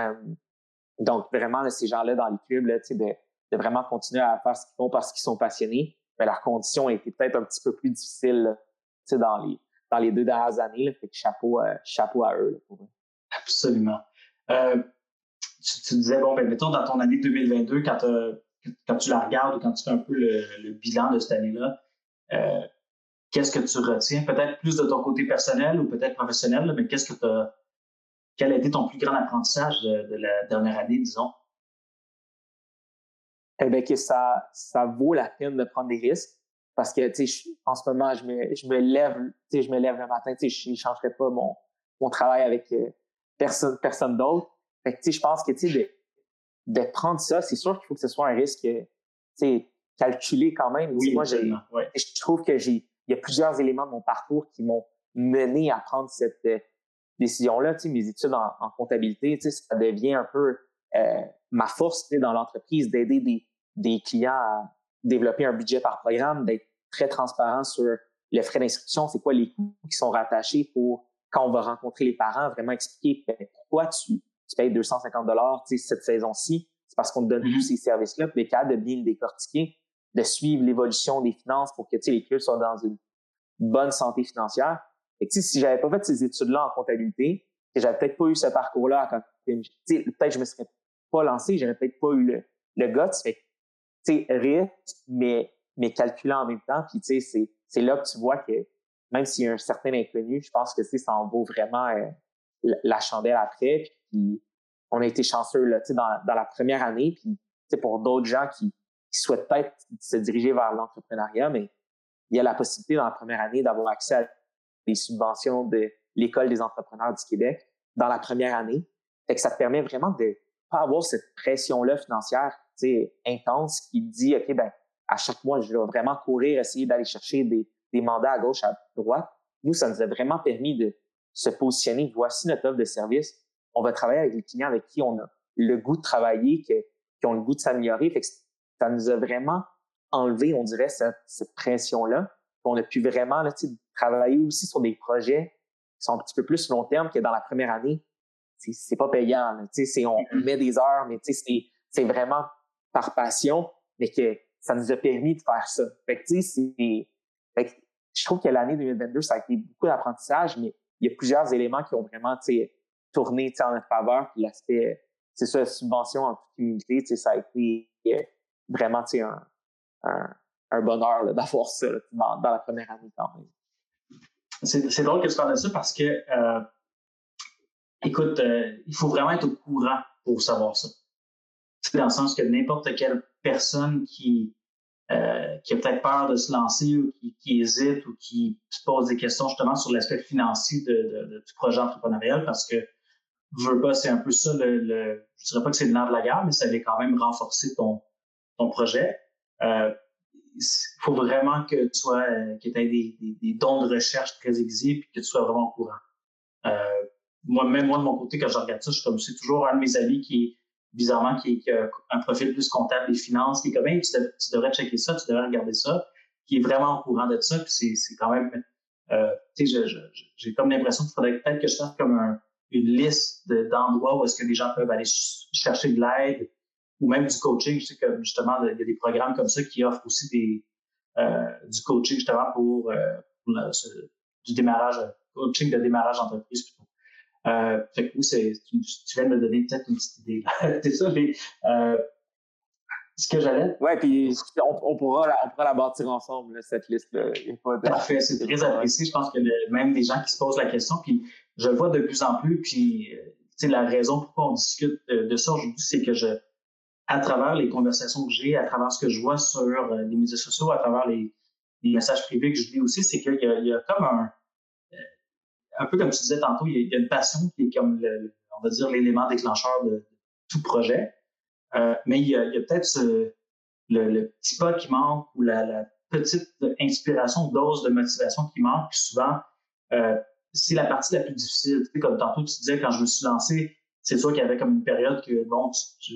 Donc vraiment, là, ces gens-là dans les clubs, là, de vraiment continuer à faire ce qu'ils font parce qu'ils sont passionnés, mais leurs conditions ont été peut-être un petit peu plus difficiles là, dans les 2 dernières années. Là, fait que chapeau à eux. Là, pour eux. Absolument. Tu disais, mettons, dans ton année 2022, quand tu la regardes ou quand tu fais un peu le bilan de cette année-là, qu'est-ce que tu retiens? Peut-être plus de ton côté personnel ou peut-être professionnel, là, mais quel a été ton plus grand apprentissage de la dernière année, disons? Eh bien, que ça vaut la peine de prendre des risques parce que, en ce moment, je me lève le matin, je ne changerais pas mon travail avec personne d'autre. Fait que, je pense que, de prendre ça, c'est sûr qu'il faut que ce soit un risque, calculé quand même. Oui, moi, je trouve que il y a plusieurs éléments de mon parcours qui m'ont mené à prendre cette décision-là. Mes études en comptabilité, ça devient un peu ma force dans l'entreprise d'aider des clients à développer un budget par programme, d'être très transparent sur le frais d'inscription, c'est quoi les coûts qui sont rattachés pour quand on va rencontrer les parents, vraiment expliquer pourquoi tu payes 250 $ cette saison-ci. C'est parce qu'on te donne tous ces services-là, puis d'être capable de bien le décortiquer, de suivre l'évolution des finances pour que les clubs soient dans une bonne santé financière. Et si j'avais pas fait ces études-là en comptabilité, que j'avais peut-être pas eu ce parcours-là, peut-être je me serais pas lancé, j'aurais peut-être pas eu le guts. Fait que, risque, mais calculant en même temps. Puis c'est là que tu vois que même s'il y a un certain inconnu, je pense que ça en vaut vraiment la chandelle après. Puis on a été chanceux là, dans la première année. Puis pour d'autres gens qui souhaitent peut-être se diriger vers l'entrepreneuriat, mais il y a la possibilité dans la première année d'avoir accès à des subventions de l'École des entrepreneurs du Québec dans la première année. Fait que ça te permet vraiment de pas avoir cette pression-là financière intense qui dit, OK, à chaque mois, je vais vraiment courir, essayer d'aller chercher des mandats à gauche, à droite. Nous, ça nous a vraiment permis de se positionner. Voici notre offre de service. On va travailler avec les clients avec qui on a le goût de travailler, qui ont le goût de s'améliorer. Fait que ça nous a vraiment enlevé, on dirait, cette pression-là. On a pu vraiment travailler aussi sur des projets qui sont un petit peu plus long terme que dans la première année. C'est pas payant. Là. On met des heures, mais c'est vraiment par passion, mais que ça nous a permis de faire ça. Fait que Fait que je trouve que l'année 2022, ça a été beaucoup d'apprentissage, mais il y a plusieurs éléments qui ont vraiment tourné en notre faveur. Puis l'aspect, c'est ça, subvention en toute humilité, ça a été vraiment un bonheur là, d'avoir ça là, dans la première année quand même. C'est drôle que tu parles de ça parce que, écoute, il faut vraiment être au courant pour savoir ça. C'est dans le sens que n'importe quelle personne qui a peut-être peur de se lancer ou qui hésite ou qui se pose des questions justement sur l'aspect financier du projet entrepreneurial parce que veux pas, c'est un peu ça je dirais pas que c'est le nerf de la guerre, mais ça va quand même renforcer ton projet. Il faut vraiment que tu sois, que tu aies des dons de recherche très aiguisés puis que tu sois vraiment au courant. Moi, de mon côté, quand je regarde ça, je suis comme, c'est toujours un de mes amis qui a un profil plus comptable et finance, qui est comme, hey, tu devrais checker ça, tu devrais regarder ça, qui est vraiment au courant de ça, puis c'est quand même, tu sais, j'ai comme l'impression qu'il faudrait peut-être que je fasse comme une liste d'endroits où est-ce que les gens peuvent aller chercher de l'aide, ou même du coaching. Je sais que justement, il y a des programmes comme ça qui offrent aussi du coaching justement pour du coaching de démarrage d'entreprise plutôt. Fait que oui, tu viens de me donner peut-être une petite idée. C'est ça, mais ce que j'allais. Ouais, puis on pourra la bâtir ensemble, là, cette liste-là. Parfait, c'est très apprécié. Je pense que même des gens qui se posent la question, puis je le vois de plus en plus, puis la raison pourquoi on discute de ça aujourd'hui, c'est que à travers les conversations que j'ai, à travers ce que je vois sur les médias sociaux, à travers les messages privés que je lis aussi, c'est qu'il y a comme un peu comme tu disais tantôt, il y a une passion qui est comme, on va dire, l'élément déclencheur de tout projet. Mais il y a peut-être le petit pas qui manque ou la petite inspiration, dose de motivation qui manque. Puis souvent, c'est la partie la plus difficile. Tu sais, comme tantôt, tu disais, quand je me suis lancé, c'est sûr qu'il y avait comme une période que, bon,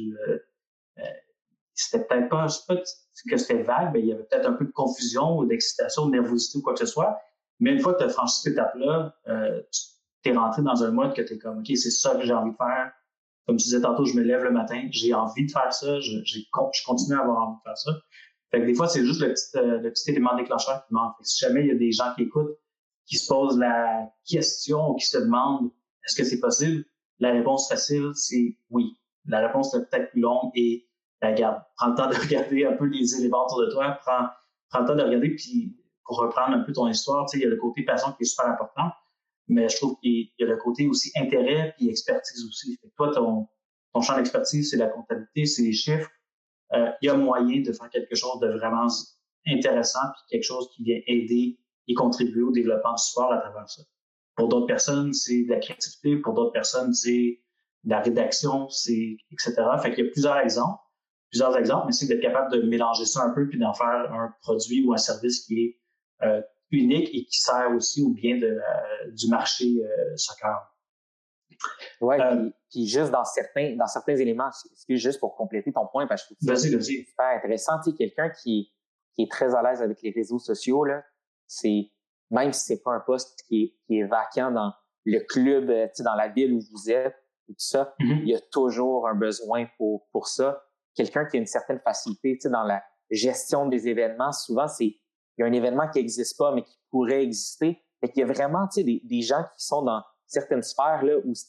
c'était peut-être pas, je sais pas que c'était vague, mais il y avait peut-être un peu de confusion ou d'excitation, de nervosité ou quoi que ce soit. Mais une fois que tu as franchi cette étape-là, tu es rentré dans un mode que tu es comme, OK, c'est ça que j'ai envie de faire. Comme tu disais tantôt, je me lève le matin, j'ai envie de faire ça, je continue à avoir envie de faire ça. Fait que des fois, c'est juste le petit élément déclencheur qui manque. Si jamais il y a des gens qui écoutent, qui se posent la question ou qui se demandent est-ce que c'est possible, la réponse facile, c'est oui. La réponse est peut-être plus longue et regarde, prends le temps de regarder un peu les éléments autour de toi, prends le temps de regarder, puis pour reprendre un peu ton histoire, tu sais, il y a le côté passion qui est super important, mais je trouve qu'il y a le côté aussi intérêt puis expertise aussi. Fait que toi, ton champ d'expertise, c'est la comptabilité, c'est les chiffres. Il y a moyen de faire quelque chose de vraiment intéressant puis quelque chose qui vient aider et contribuer au développement du sport à travers ça. Pour d'autres personnes, c'est de la créativité. Pour d'autres personnes, c'est de la rédaction, c'est etc. Fait qu'il y a plusieurs exemples, mais c'est d'être capable de mélanger ça un peu puis d'en faire un produit ou un service qui est unique et qui sert aussi au bien du marché soccer. Oui, puis juste dans certains éléments, juste pour compléter ton point, parce que je trouve ça super intéressant. Tu sais, quelqu'un qui est très à l'aise avec les réseaux sociaux, là, même si c'est pas un poste qui est vacant dans le club, tu sais, dans la ville où vous êtes, tout ça, il y a toujours un besoin pour ça. Quelqu'un qui a une certaine facilité, tu sais, dans la gestion des événements, souvent, il y a un événement qui n'existe pas, mais qui pourrait exister. Fait qu'il y a vraiment, tu sais, des gens qui sont dans certaines sphères là où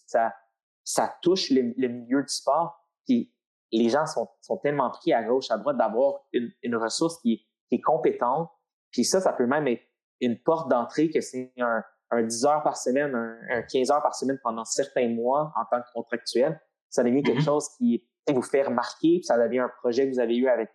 ça touche le milieu du sport, puis les gens sont tellement pris à gauche, à droite d'avoir une ressource qui est compétente, puis ça peut même être une porte d'entrée que c'est un 10 heures par semaine, un 15 heures par semaine pendant certains mois en tant que contractuel. Ça devient quelque chose qui vous fait remarquer, puis ça devient un projet que vous avez eu avec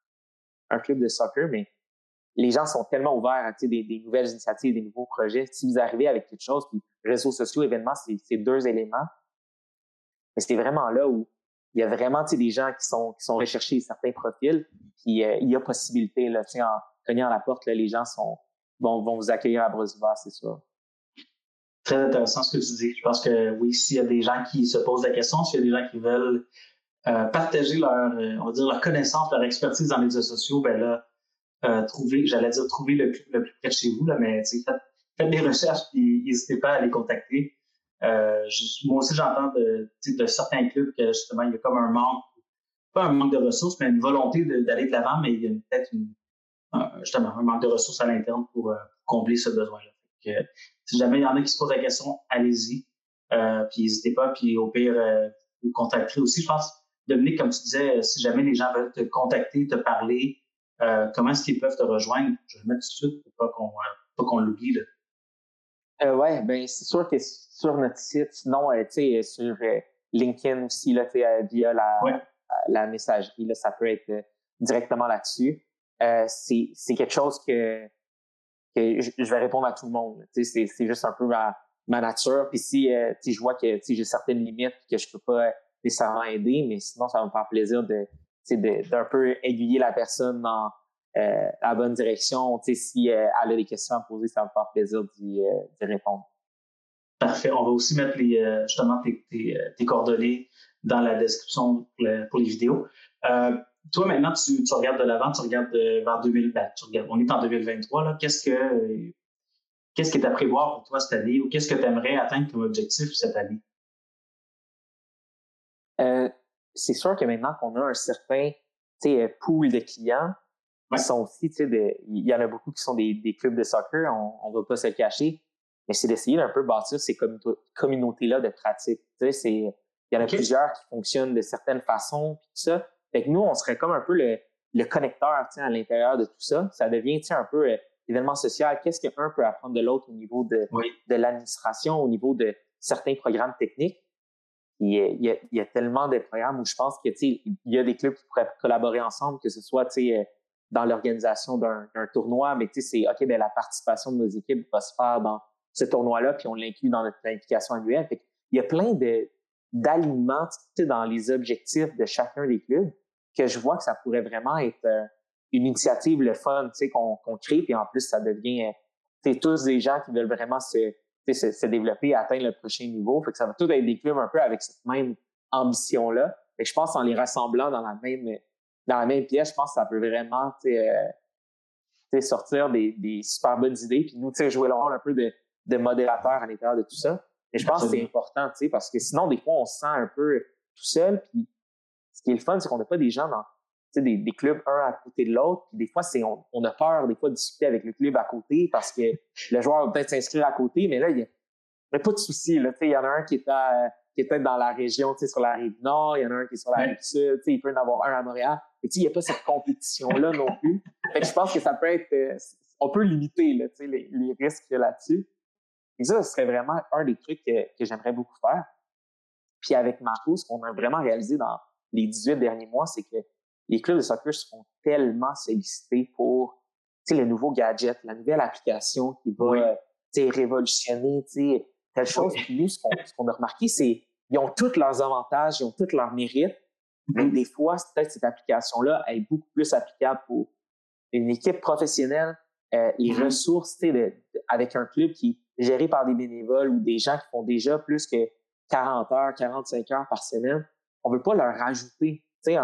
un club de soccer, mais les gens sont tellement ouverts à des nouvelles initiatives, des nouveaux projets. Si vous arrivez avec quelque chose, puis réseaux sociaux, événements, c'est deux éléments. Mais c'est vraiment là où il y a vraiment des gens qui sont recherchés certains profils, puis il y a possibilité, là, en cognant à la porte, là, les gens vont vous accueillir à bras ouverts, c'est sûr. Très intéressant ce que tu dis. Je pense que oui, s'il y a des gens qui se posent la question, s'il y a des gens qui veulent partager leur connaissance, leur expertise dans les réseaux sociaux, ben là, trouver le plus près de chez vous, là, mais faites des recherches et n'hésitez pas à les contacter. Moi aussi, j'entends de certains clubs que justement, il y a comme un manque, pas un manque de ressources, mais une volonté d'aller de l'avant, mais il y a peut-être justement un manque de ressources à l'interne pour combler ce besoin-là. Donc, si jamais il y en a qui se posent la question, allez-y. Puis n'hésitez pas. Puis au pire, vous contacterez aussi. Je pense, Dominique, comme tu disais, si jamais les gens veulent te contacter, te parler, comment est-ce qu'ils peuvent te rejoindre? Je vais le mettre tout de suite pour pas qu'on l'oublie. Ouais, ben c'est sûr que sur notre site, sinon, tu sais, sur LinkedIn aussi, là, via la messagerie, là, ça peut être directement là-dessus. C'est quelque chose que je vais répondre à tout le monde. Tu sais, c'est juste un peu ma nature. Puis si je vois que j'ai certaines limites que je peux pas nécessairement aider, mais sinon, ça va me faire plaisir d'un peu aiguiller la personne dans la bonne direction. Tu sais, si elle a des questions à poser, ça va me faire plaisir d'y répondre. Parfait. On va aussi mettre justement tes coordonnées dans la description pour les vidéos. Toi, maintenant, tu regardes de l'avant, tu regardes vers 2020. On est en 2023. Là. Qu'est-ce que tu as prévoir pour toi cette année ou qu'est-ce que tu aimerais atteindre comme objectif cette année? C'est sûr que maintenant qu'on a un certain pool de clients, qui sont aussi, il y en a beaucoup qui sont des clubs de soccer, on ne va pas se le cacher, mais c'est d'essayer d'un peu bâtir ces communautés-là de pratique. Il y en a plusieurs qui fonctionnent de certaines façons, puis tout ça. Fait que nous, on serait comme un peu le connecteur à l'intérieur de tout ça. Ça devient un peu événement social. Qu'est-ce qu'un peut apprendre de l'autre au niveau de l'administration, au niveau de certains programmes techniques? Il y a tellement de programmes où je pense que il y a des clubs qui pourraient collaborer ensemble, que ce soit dans l'organisation d'un tournoi, mais c'est OK, ben la participation de nos équipes va se faire dans ce tournoi-là, puis on l'inclut dans notre planification annuelle. Fait il y a plein d'alignements dans les objectifs de chacun des clubs que je vois que ça pourrait vraiment être une initiative, le fun, qu'on crée, puis en plus, ça devient tous des gens qui veulent vraiment se développer et atteindre le prochain niveau. Fait que ça va tout être des clubs un peu avec cette même ambition-là. Et je pense qu'en les rassemblant dans la même pièce, je pense que ça peut vraiment sortir des super bonnes idées. Puis nous, jouer le rôle un peu de modérateur à l'intérieur de tout ça. Et je pense que c'est important, parce que sinon, des fois, on se sent un peu tout seul. Puis ce qui est le fun, c'est qu'on n'a pas des gens dans des clubs un à côté de l'autre. Puis des fois, on a peur des fois de discuter avec le club à côté parce que le joueur va peut-être s'inscrire à côté, mais là, il n'y a pas de souci. Il y en a un qui est peut-être dans la région, sur la rive nord, il y en a un qui est sur la rive sud, il peut y en avoir un à Montréal. Et il n'y a pas cette compétition-là non plus. Fait que je pense que ça peut être... on peut limiter là, les risques là-dessus. Et ça, ce serait vraiment un des trucs que j'aimerais beaucoup faire. Puis avec Marco, ce qu'on a vraiment réalisé dans les 18 derniers mois, c'est que les clubs de soccer se font tellement sollicités pour le nouveau gadget, la nouvelle application qui va révolutionner telle chose. Puis nous, ce qu'on a remarqué, c'est qu'ils ont tous leurs avantages, ils ont tous leurs mérites, mais des fois, peut-être cette application-là est beaucoup plus applicable pour une équipe professionnelle, les ressources avec un club qui est géré par des bénévoles ou des gens qui font déjà plus que 40 heures, 45 heures par semaine. On ne veut pas leur rajouter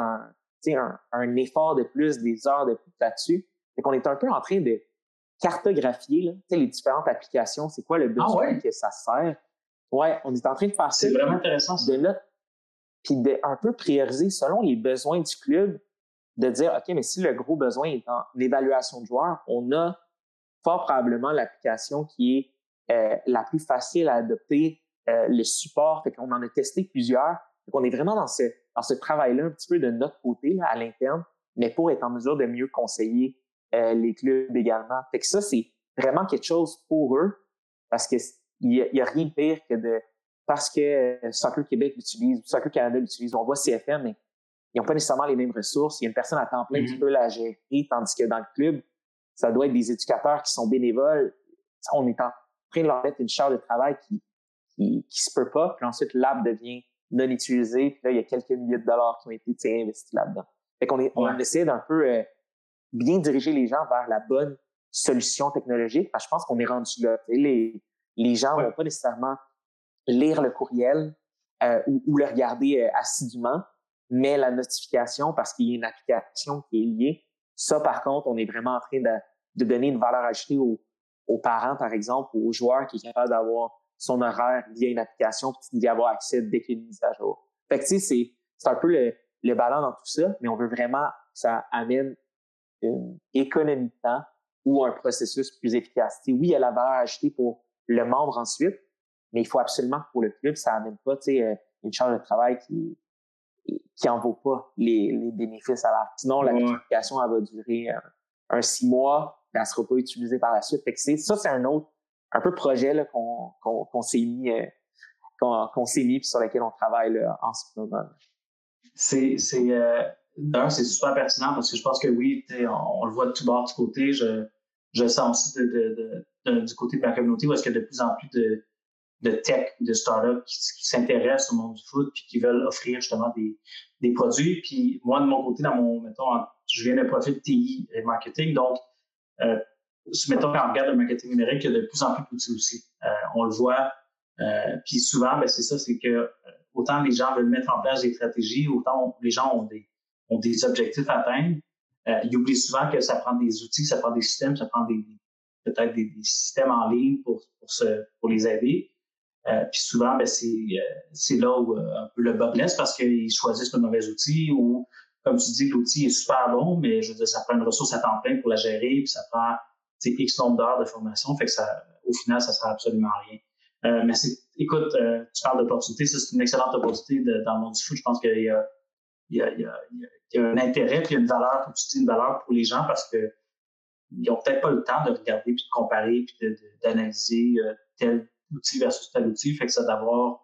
un effort de plus, des heures de plus là-dessus. Fait qu'on est un peu en train de cartographier là, les différentes applications, c'est quoi le besoin que ça sert. Ouais, on est en train de faire ça. C'est vraiment intéressant. Puis un peu prioriser selon les besoins du club, de dire, OK, mais si le gros besoin est en évaluation de joueurs, on a fort probablement l'application qui est la plus facile à adopter, le support. Fait qu'on en a testé plusieurs. Fait qu'on est vraiment dans ce travail-là un petit peu de notre côté, là, à l'interne, mais pour être en mesure de mieux conseiller les clubs également. Fait que ça, c'est vraiment quelque chose pour eux, parce que il y a rien de pire que parce que Soccer Québec l'utilise, Soccer Canada l'utilise, on voit CFM, mais ils n'ont pas nécessairement les mêmes ressources. Il y a une personne à temps plein qui peut la gérer, tandis que dans le club, ça doit être des éducateurs qui sont bénévoles. On est en train de leur mettre une charge de travail qui se peut pas, puis ensuite l'app devient non utilisée, puis là, il y a quelques milliers de dollars qui ont été investis là-dedans. Fait qu'on on essaie d'un peu bien diriger les gens vers la bonne solution technologique, parce que je pense qu'on est rendu là. Les gens ne vont pas nécessairement lire le courriel ou le regarder assidûment, mais la notification, parce qu'il y a une application qui est liée, ça, par contre, on est vraiment en train de donner une valeur ajoutée aux parents, par exemple, ou aux joueurs qui est capable d'avoir son horaire via une application puis d'y avoir accès dès qu'il y a une mise à jour. Fait que, c'est un peu le ballon dans tout ça, mais on veut vraiment que ça amène une économie de temps ou un processus plus efficace. Oui, il y a la valeur ajoutée pour le membre ensuite, mais il faut absolument que pour le club, ça n'amène pas une charge de travail qui en vaut pas les bénéfices à la. Sinon, la notification, elle va durer un 6 mois, puis elle sera pas utilisée par la suite. Fait que c'est un autre, un peu projet là, qu'on s'est mis, puis sur lequel on travaille là, en ce moment. D'ailleurs, c'est super pertinent parce que je pense que oui, on le voit de tout bord, du côté. Je sens aussi du côté de ma communauté où est-ce qu'il y a de plus en plus de tech, de startups qui s'intéressent au monde du foot puis qui veulent offrir justement des produits. Puis moi, de mon côté, je viens d'un profil TI et marketing, donc mettons, quand on regarde le marketing numérique, il y a de plus en plus d'outils aussi. On le voit. Puis souvent, c'est ça, c'est que autant les gens veulent mettre en place des stratégies, autant les gens ont des objectifs à atteindre. Ils oublient souvent que ça prend des outils, ça prend des systèmes, ça prend peut-être des systèmes en ligne pour les aider. Puis souvent, c'est là où un peu le bas blesse parce qu'ils choisissent le mauvais outil ou, comme tu dis, l'outil est super bon, mais je veux dire, ça prend une ressource à temps plein pour la gérer, puis ça prend X nombre d'heures de formation, fait que au final, ça sert absolument à rien. Mais écoute, tu parles d'opportunité, ça c'est une excellente opportunité dans le monde du foot. Je pense qu'il y a un intérêt, puis il y a une valeur, comme tu dis, une valeur pour les gens parce que ils n'ont peut-être pas le temps de regarder, puis de comparer, puis d'analyser tel outil versus tel outil. Fait que ça d'avoir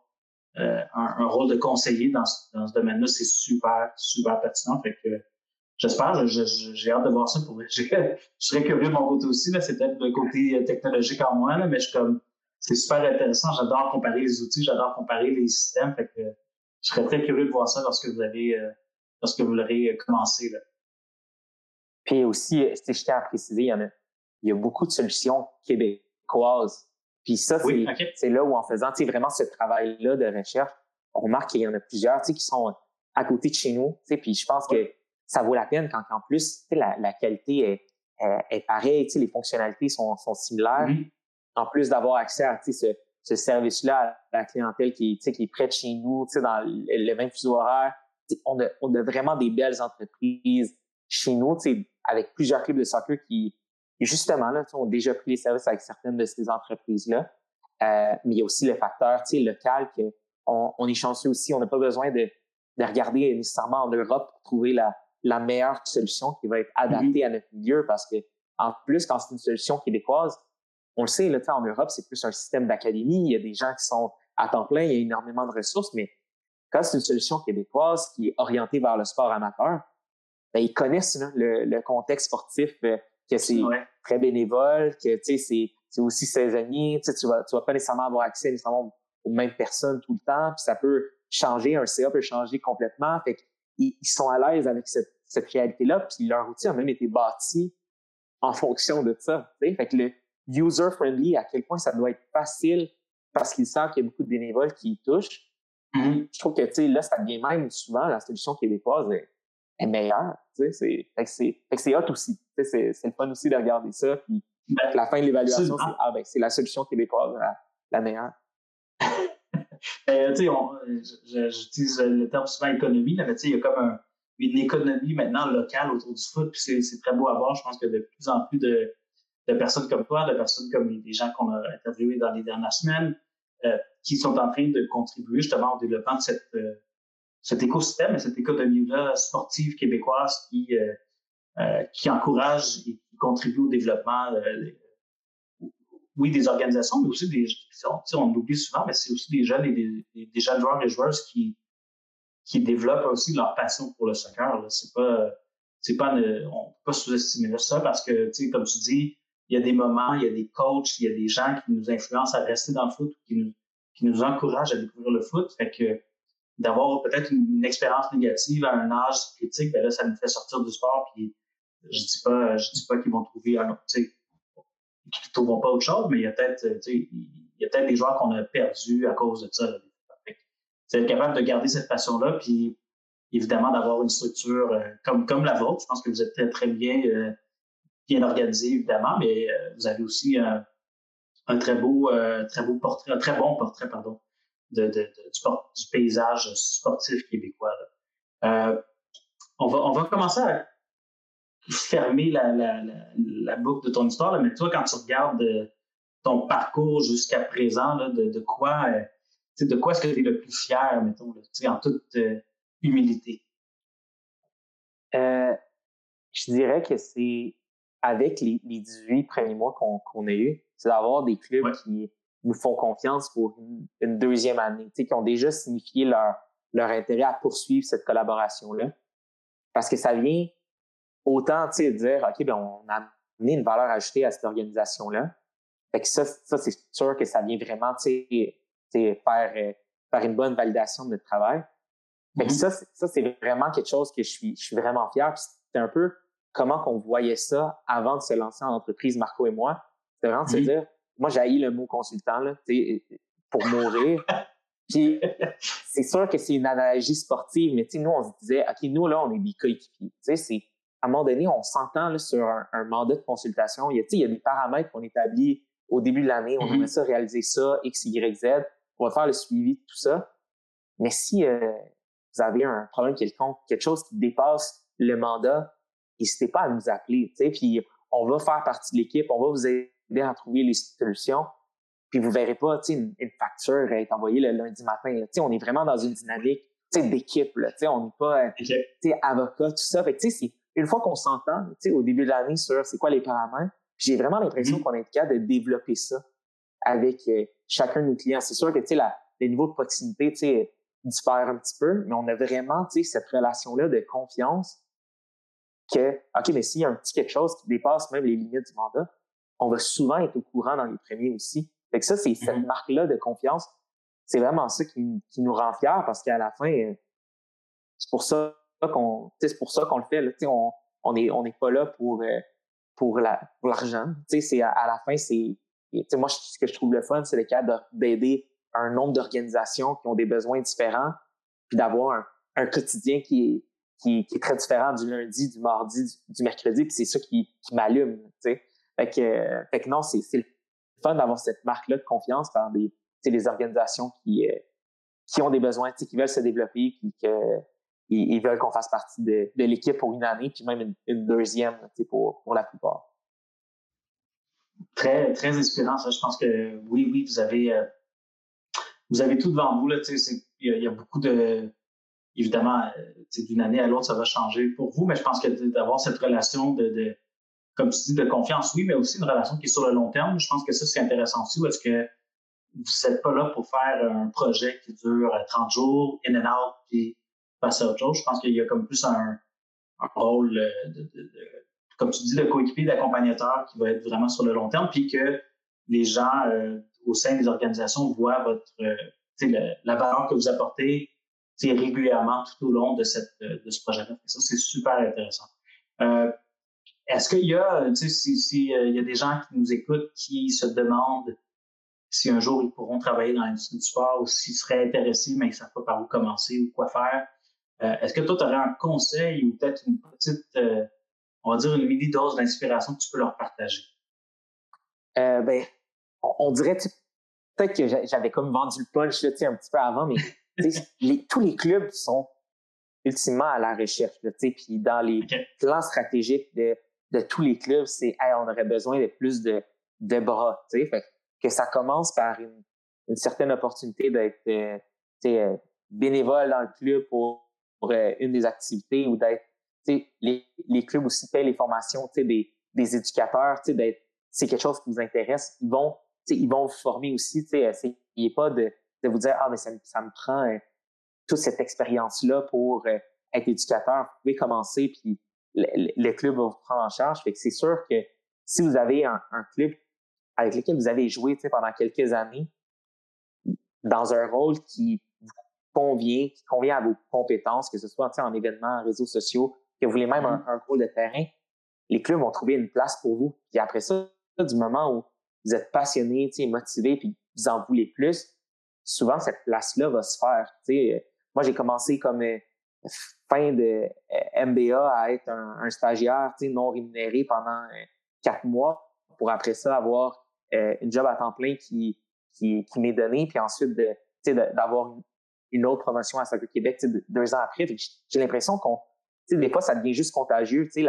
un rôle de conseiller dans ce domaine-là, c'est super, super pertinent. Fait que j'espère, j'ai hâte de voir ça pour vrai. Je serais curieux de mon côté aussi, là, c'est peut-être le côté technologique en moi, là, mais c'est super intéressant. J'adore comparer les outils, j'adore comparer les systèmes. Fait que je serais très curieux de voir ça lorsque vous l'aurez commencé, là. Puis aussi, je tiens à préciser, il y a beaucoup de solutions québécoises. Puis ça, c'est là où en faisant vraiment ce travail-là de recherche, on remarque qu'il y en a plusieurs qui sont à côté de chez nous. Puis je pense que ça vaut la peine quand en plus la qualité est pareille, les fonctionnalités sont similaires. Mm-hmm. En plus d'avoir accès à ce service-là à la clientèle qui est près de chez nous, dans le même fuseau horaire. On a vraiment des belles entreprises chez nous, avec plusieurs clubs de soccer qui justement là, ont déjà pris les services avec certaines de ces entreprises-là. Mais il y a aussi le facteur local qu'on est chanceux aussi. On n'a pas besoin de regarder nécessairement en Europe pour trouver la meilleure solution qui va être adaptée à notre milieu parce que en plus, quand c'est une solution québécoise, on le sait, là, en Europe, c'est plus un système d'académie. Il y a des gens qui sont à temps plein, il y a énormément de ressources, mais quand c'est une solution québécoise qui est orientée vers le sport amateur, ils connaissent le contexte sportif, que c'est très bénévole, que c'est aussi saisonnier. Tu vas pas nécessairement avoir accès nécessairement aux mêmes personnes tout le temps, puis ça peut changer, un CA peut changer complètement. Fait qu'ils sont à l'aise avec cette réalité-là, puis leur outil a même été bâti en fonction de ça. T'sais? Fait que le user-friendly, à quel point ça doit être facile parce qu'ils savent qu'il y a beaucoup de bénévoles qui y touchent. Mm-hmm. Je trouve que là, ça devient même souvent la solution québécoise est meilleure. Fait que c'est hot aussi. C'est le fun aussi de regarder ça. Puis à la fin de l'évaluation, c'est la solution québécoise la meilleure. J'utilise le terme souvent économie, là, mais il y a comme une économie maintenant locale autour du foot, puis c'est très beau à voir. Je pense que de plus en plus de personnes comme toi, de personnes comme les gens qu'on a interviewés dans les dernières semaines, qui sont en train de contribuer justement au développement de cet écosystème et cette économie-là sportive québécoise qui encourage et qui contribue au développement des organisations, mais aussi on l'oublie souvent, mais c'est aussi des jeunes et des jeunes joueurs et joueuses qui développent aussi leur passion pour le soccer. Là. On ne peut pas sous-estimer ça parce que, comme tu dis, il y a des moments, il y a des coachs, il y a des gens qui nous influencent à rester dans le foot, qui nous encouragent à découvrir le foot. Fait que d'avoir peut-être une expérience négative à un âge critique, ben là, ça nous fait sortir du sport. Puis je dis pas qu'ils vont trouver un autre, qu'ils ne trouveront pas autre chose, mais il y a peut-être des joueurs qu'on a perdus à cause de ça. C'est être capable de garder cette passion-là, puis évidemment d'avoir une structure comme la vôtre. Je pense que vous êtes très, très bien organisé, évidemment, mais vous avez aussi un très bon portrait, du paysage sportif québécois. Là. On va commencer à fermer la boucle de ton histoire, là, mais toi, quand tu regardes ton parcours jusqu'à présent, là, de quoi est-ce que tu es le plus fier, mettons, là, en toute humilité? Je dirais que c'est avec les 18 premiers mois qu'on a eu, c'est d'avoir des clubs qui nous font confiance pour une deuxième année, qui ont déjà signifié leur intérêt à poursuivre cette collaboration-là. Parce que ça vient autant dire, OK, ben on a amené une valeur ajoutée à cette organisation-là. Fait que ça c'est sûr que ça vient vraiment faire une bonne validation de notre travail. Fait que ça, c'est vraiment quelque chose que je suis vraiment fier. Puis c'est un peu comment qu'on voyait ça avant de se lancer en entreprise, Marco et moi. C'est vraiment de se dire, moi, j'ai haï le mot consultant là, pour mourir. Puis c'est sûr que c'est une analogie sportive, mais nous, on se disait, OK, nous, là, on est des coéquipiers. C'est, à un moment donné, on s'entend là, sur un mandat de consultation. Il y a des paramètres qu'on établit au début de l'année. On aimerait ça réaliser ça, X, Y, Z. On va faire le suivi de tout ça. Mais si vous avez un problème quelconque, quelque chose qui dépasse le mandat, n'hésitez pas à nous appeler. Puis on va faire partie de l'équipe, on va vous aider à trouver les solutions. Puis vous verrez pas une facture être envoyée le lundi matin. Là. On est vraiment dans une dynamique d'équipe. Là. On n'est pas avocat, tout ça. Fait que c'est une fois qu'on s'entend au début de l'année sur c'est quoi les paramètres, j'ai vraiment l'impression qu'on est capable de développer ça avec chacun de nos clients. C'est sûr que le niveau de proximité diffère un petit peu, mais on a vraiment cette relation-là de confiance que, OK, mais s'il y a un petit quelque chose qui dépasse même les limites du mandat, on va souvent être au courant dans les premiers aussi. Fait que ça, c'est cette marque-là de confiance. C'est vraiment ça qui nous rend fiers parce qu'à la fin, c'est pour ça qu'on le fait. Là. On n'est pas là pour l'argent. C'est à la fin, c'est moi, ce que je trouve le fun, c'est le cas d'aider un nombre d'organisations qui ont des besoins différents, puis d'avoir un quotidien qui est très différent du lundi, du mardi, du mercredi, puis c'est ça qui m'allume. Fait que non, c'est le fun d'avoir cette marque-là de confiance par des organisations qui ont des besoins, qui veulent se développer, puis ils veulent qu'on fasse partie de l'équipe pour une année, puis même une deuxième pour la plupart. Très, très inspirant, ça. Je pense que oui, vous avez tout devant vous. Il y a beaucoup de... Évidemment, d'une année à l'autre, ça va changer pour vous, mais je pense que d'avoir cette relation comme tu dis, de confiance, oui, mais aussi une relation qui est sur le long terme, je pense que ça, c'est intéressant aussi, parce que vous n'êtes pas là pour faire un projet qui dure 30 jours, in and out, puis passer à autre chose. Je pense qu'il y a comme plus un rôle comme tu dis, de coéquipier, d'accompagnateur qui va être vraiment sur le long terme, puis que les gens au sein des organisations voient la valeur que vous apportez régulièrement tout au long de ce projet-là. Ça, c'est super intéressant. Est-ce qu'il y a, s'il y a des gens qui nous écoutent qui se demandent si un jour ils pourront travailler dans l'industrie du sport ou s'ils seraient intéressés, mais ils ne savent pas par où commencer ou quoi faire, est-ce que toi, tu aurais un conseil ou peut-être une petite, on va dire, une mini-dose d'inspiration que tu peux leur partager? On dirait, peut-être que j'avais comme vendu le punch là, un petit peu avant, mais tous les clubs sont ultimement à la recherche. Puis dans les plans stratégiques de tous les clubs, c'est hey, on aurait besoin de plus de bras. Fait que ça commence par une certaine opportunité d'être bénévole dans le club pour une des activités ou d'être les clubs aussi payent les formations des éducateurs, c'est quelque chose qui vous intéresse, ils vont vous former aussi, essayez pas de vous dire mais ça me prend toute cette expérience-là pour être éducateur. Vous pouvez commencer, puis le club va vous prendre en charge. Fait que c'est sûr que si vous avez un club avec lequel vous avez joué pendant quelques années, dans un rôle qui vous convient à vos compétences, que ce soit en événements, en réseaux sociaux, que vous voulez même un rôle de terrain, les clubs vont trouver une place pour vous. Puis après ça, du moment où vous êtes passionné, motivé, puis vous en voulez plus, souvent cette place-là va se faire. Moi, j'ai commencé comme fin de MBA à être un stagiaire non rémunéré pendant 4 mois pour après ça avoir une job à temps plein qui m'est donné, puis ensuite d'avoir une autre promotion à Soccer Québec 2 ans après. J'ai l'impression des fois, ça devient juste contagieux.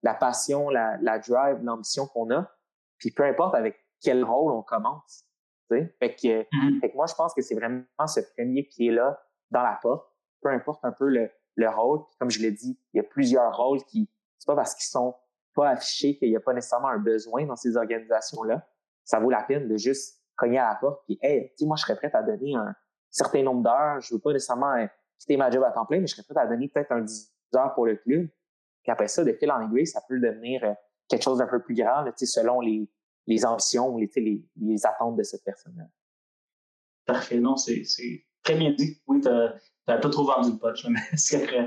la passion, la drive, l'ambition qu'on a. Puis peu importe avec quel rôle on commence. Fait que moi, je pense que c'est vraiment ce premier pied-là dans la porte, peu importe un peu le rôle. Puis comme je l'ai dit, il y a plusieurs rôles qui, c'est pas parce qu'ils sont pas affichés qu'il n'y a pas nécessairement un besoin dans ces organisations-là. Ça vaut la peine de juste cogner à la porte puis hey, tu sais, moi, je serais prête à donner un certain nombre d'heures. Je veux pas nécessairement quitter ma job à temps plein, mais je serais prête à donner peut-être un 10 heures pour le club. Puis après ça, de fil en aiguille, ça peut devenir quelque chose d'un peu plus grand, là, selon les ambitions ou les attentes de cette personne-là. Parfait. Non, c'est très bien dit. Oui, t'as un peu trop vendu le punch, mais c'est vrai.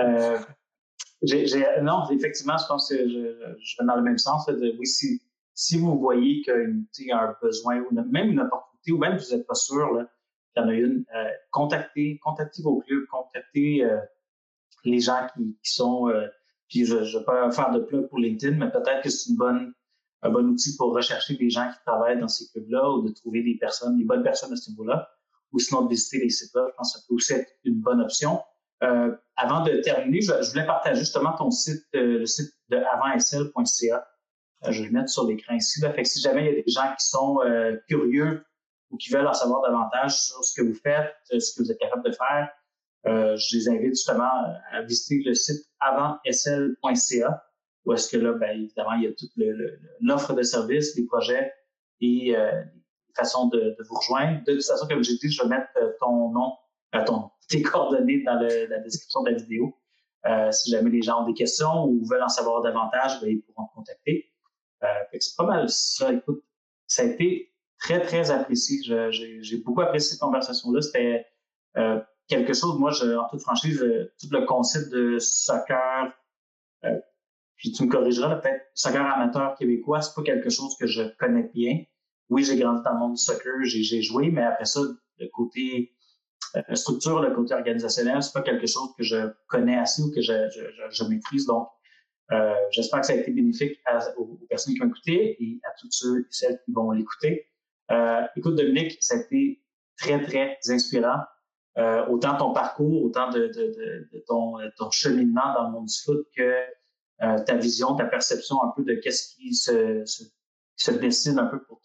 Non, effectivement, je pense que je vais dans le même sens. Oui, si vous voyez qu'il y a un besoin ou même une opportunité, ou même vous n'êtes pas sûr là, qu'il y en a une, contactez vos clubs, contactez les gens qui sont... puis je ne vais pas faire de plug pour LinkedIn, mais peut-être que c'est un bon outil pour rechercher des gens qui travaillent dans ces clubs-là ou de trouver des bonnes personnes à ce niveau-là, ou sinon de visiter les sites-là. Je pense que ça peut aussi être une bonne option. Avant de terminer, je voulais partager justement ton site, le site de avantsl.ca. Je vais le mettre sur l'écran ici. Là. Fait que si jamais il y a des gens qui sont curieux ou qui veulent en savoir davantage sur ce que vous faites, ce que vous êtes capable de faire, je les invite justement à visiter le site avantsl.ca, où est-ce que là, ben, évidemment, il y a toute l'offre de services, les projets et les façons de vous rejoindre. De toute façon, comme j'ai dit, je vais mettre ton nom, tes coordonnées dans la description de la vidéo. Si jamais les gens ont des questions ou veulent en savoir davantage, ben, ils pourront te contacter. C'est pas mal ça. Écoute, ça a été très, très apprécié. J'ai beaucoup apprécié cette conversation-là. C'était quelque chose, moi, en toute franchise, tout le concept de soccer, puis tu me corrigeras, là, peut-être soccer amateur québécois, c'est pas quelque chose que je connais bien. Oui, j'ai grandi dans le monde du soccer, j'ai joué, mais après ça, le côté structure, le côté organisationnel, c'est pas quelque chose que je connais assez ou que je maîtrise. Donc, j'espère que ça a été bénéfique aux personnes qui ont écouté et à tous ceux et celles qui vont l'écouter. Écoute, Dominique, ça a été très, très inspirant. Autant ton parcours, autant de ton cheminement dans le monde du foot que ta vision, ta perception un peu de qu'est-ce qui se dessine un peu pour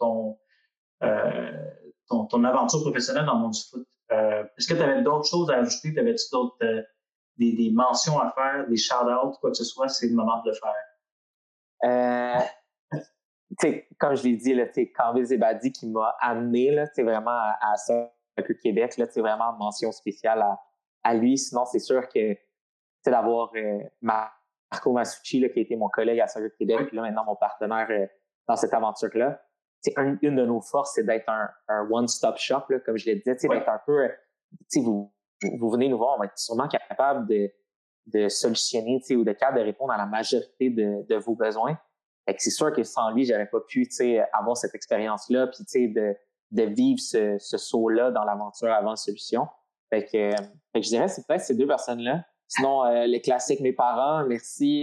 ton aventure professionnelle dans le monde du foot. Est-ce que tu avais d'autres choses à ajouter? T'avais-tu d'autres des mentions à faire, des shout-outs, quoi que ce soit? C'est le moment de le faire. Comme je l'ai dit, Kamil Zebadi qui m'a amené là, vraiment à Soccer Québec, là, vraiment mention spéciale à lui. Sinon, c'est sûr que d'avoir Marco Masucci, là, qui a été mon collègue à Soccer Québec, puis là, maintenant mon partenaire dans cette aventure-là. Une de nos forces, c'est d'être un one-stop shop, là, comme je l'ai dit, d'être un peu, vous venez nous voir, on va être sûrement capable de solutionner, ou de capable de répondre à la majorité de vos besoins. Fait que c'est sûr que sans lui, j'aurais pas pu, avoir cette expérience-là, puis de vivre ce saut-là dans l'aventure avant solution. Fait que je dirais, c'est peut-être ces deux personnes-là. Sinon, les classiques, mes parents, merci.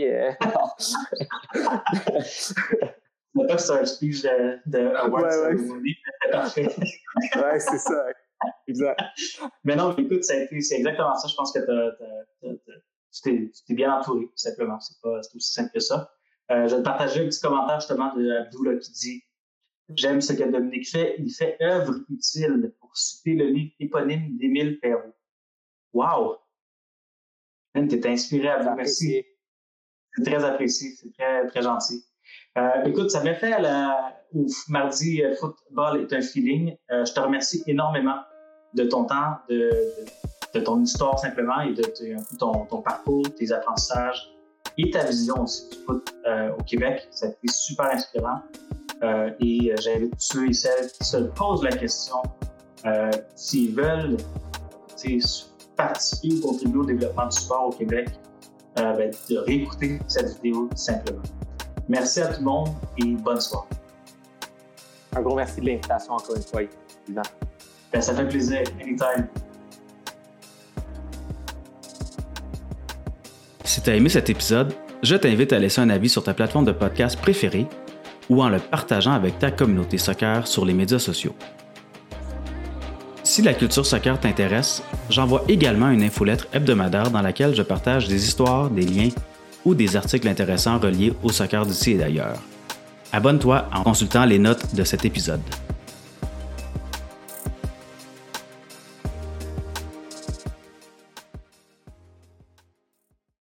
C'est pas que c'est un speech de Award Ceremony, mais parfait. Ouais, c'est ça. Exact. Mais non, écoute, c'est exactement ça. Je pense que tu t'es bien entouré, tout simplement. C'est aussi simple que ça. Je vais te partager un petit commentaire justement de Abdou là, qui dit « J'aime ce que Dominique fait. Il fait œuvre utile pour citer le livre éponyme d'Émile Perrault. » Wow! T'es inspiré, Abdou. Merci. C'est très apprécié. C'est très, très gentil. Écoute, ça m'a fait au mardi football est un feeling. Je te remercie énormément de ton temps, de ton histoire simplement et de ton parcours, tes apprentissages et ta vision aussi du foot au Québec. Ça a été super inspirant. Et j'invite ceux et celles qui se posent la question s'ils veulent participer ou contribuer au développement du sport au Québec, de réécouter cette vidéo simplement. Merci à tout le monde et bonne soirée. Un gros merci de l'invitation encore une fois, Yvan. Ça fait plaisir. Anytime. Si tu as aimé cet épisode, je t'invite à laisser un avis sur ta plateforme de podcast préférée ou en le partageant avec ta communauté soccer sur les médias sociaux. Si la culture soccer t'intéresse, j'envoie également une infolettre hebdomadaire dans laquelle je partage des histoires, des liens ou des articles intéressants reliés au soccer d'ici et d'ailleurs. Abonne-toi en consultant les notes de cet épisode.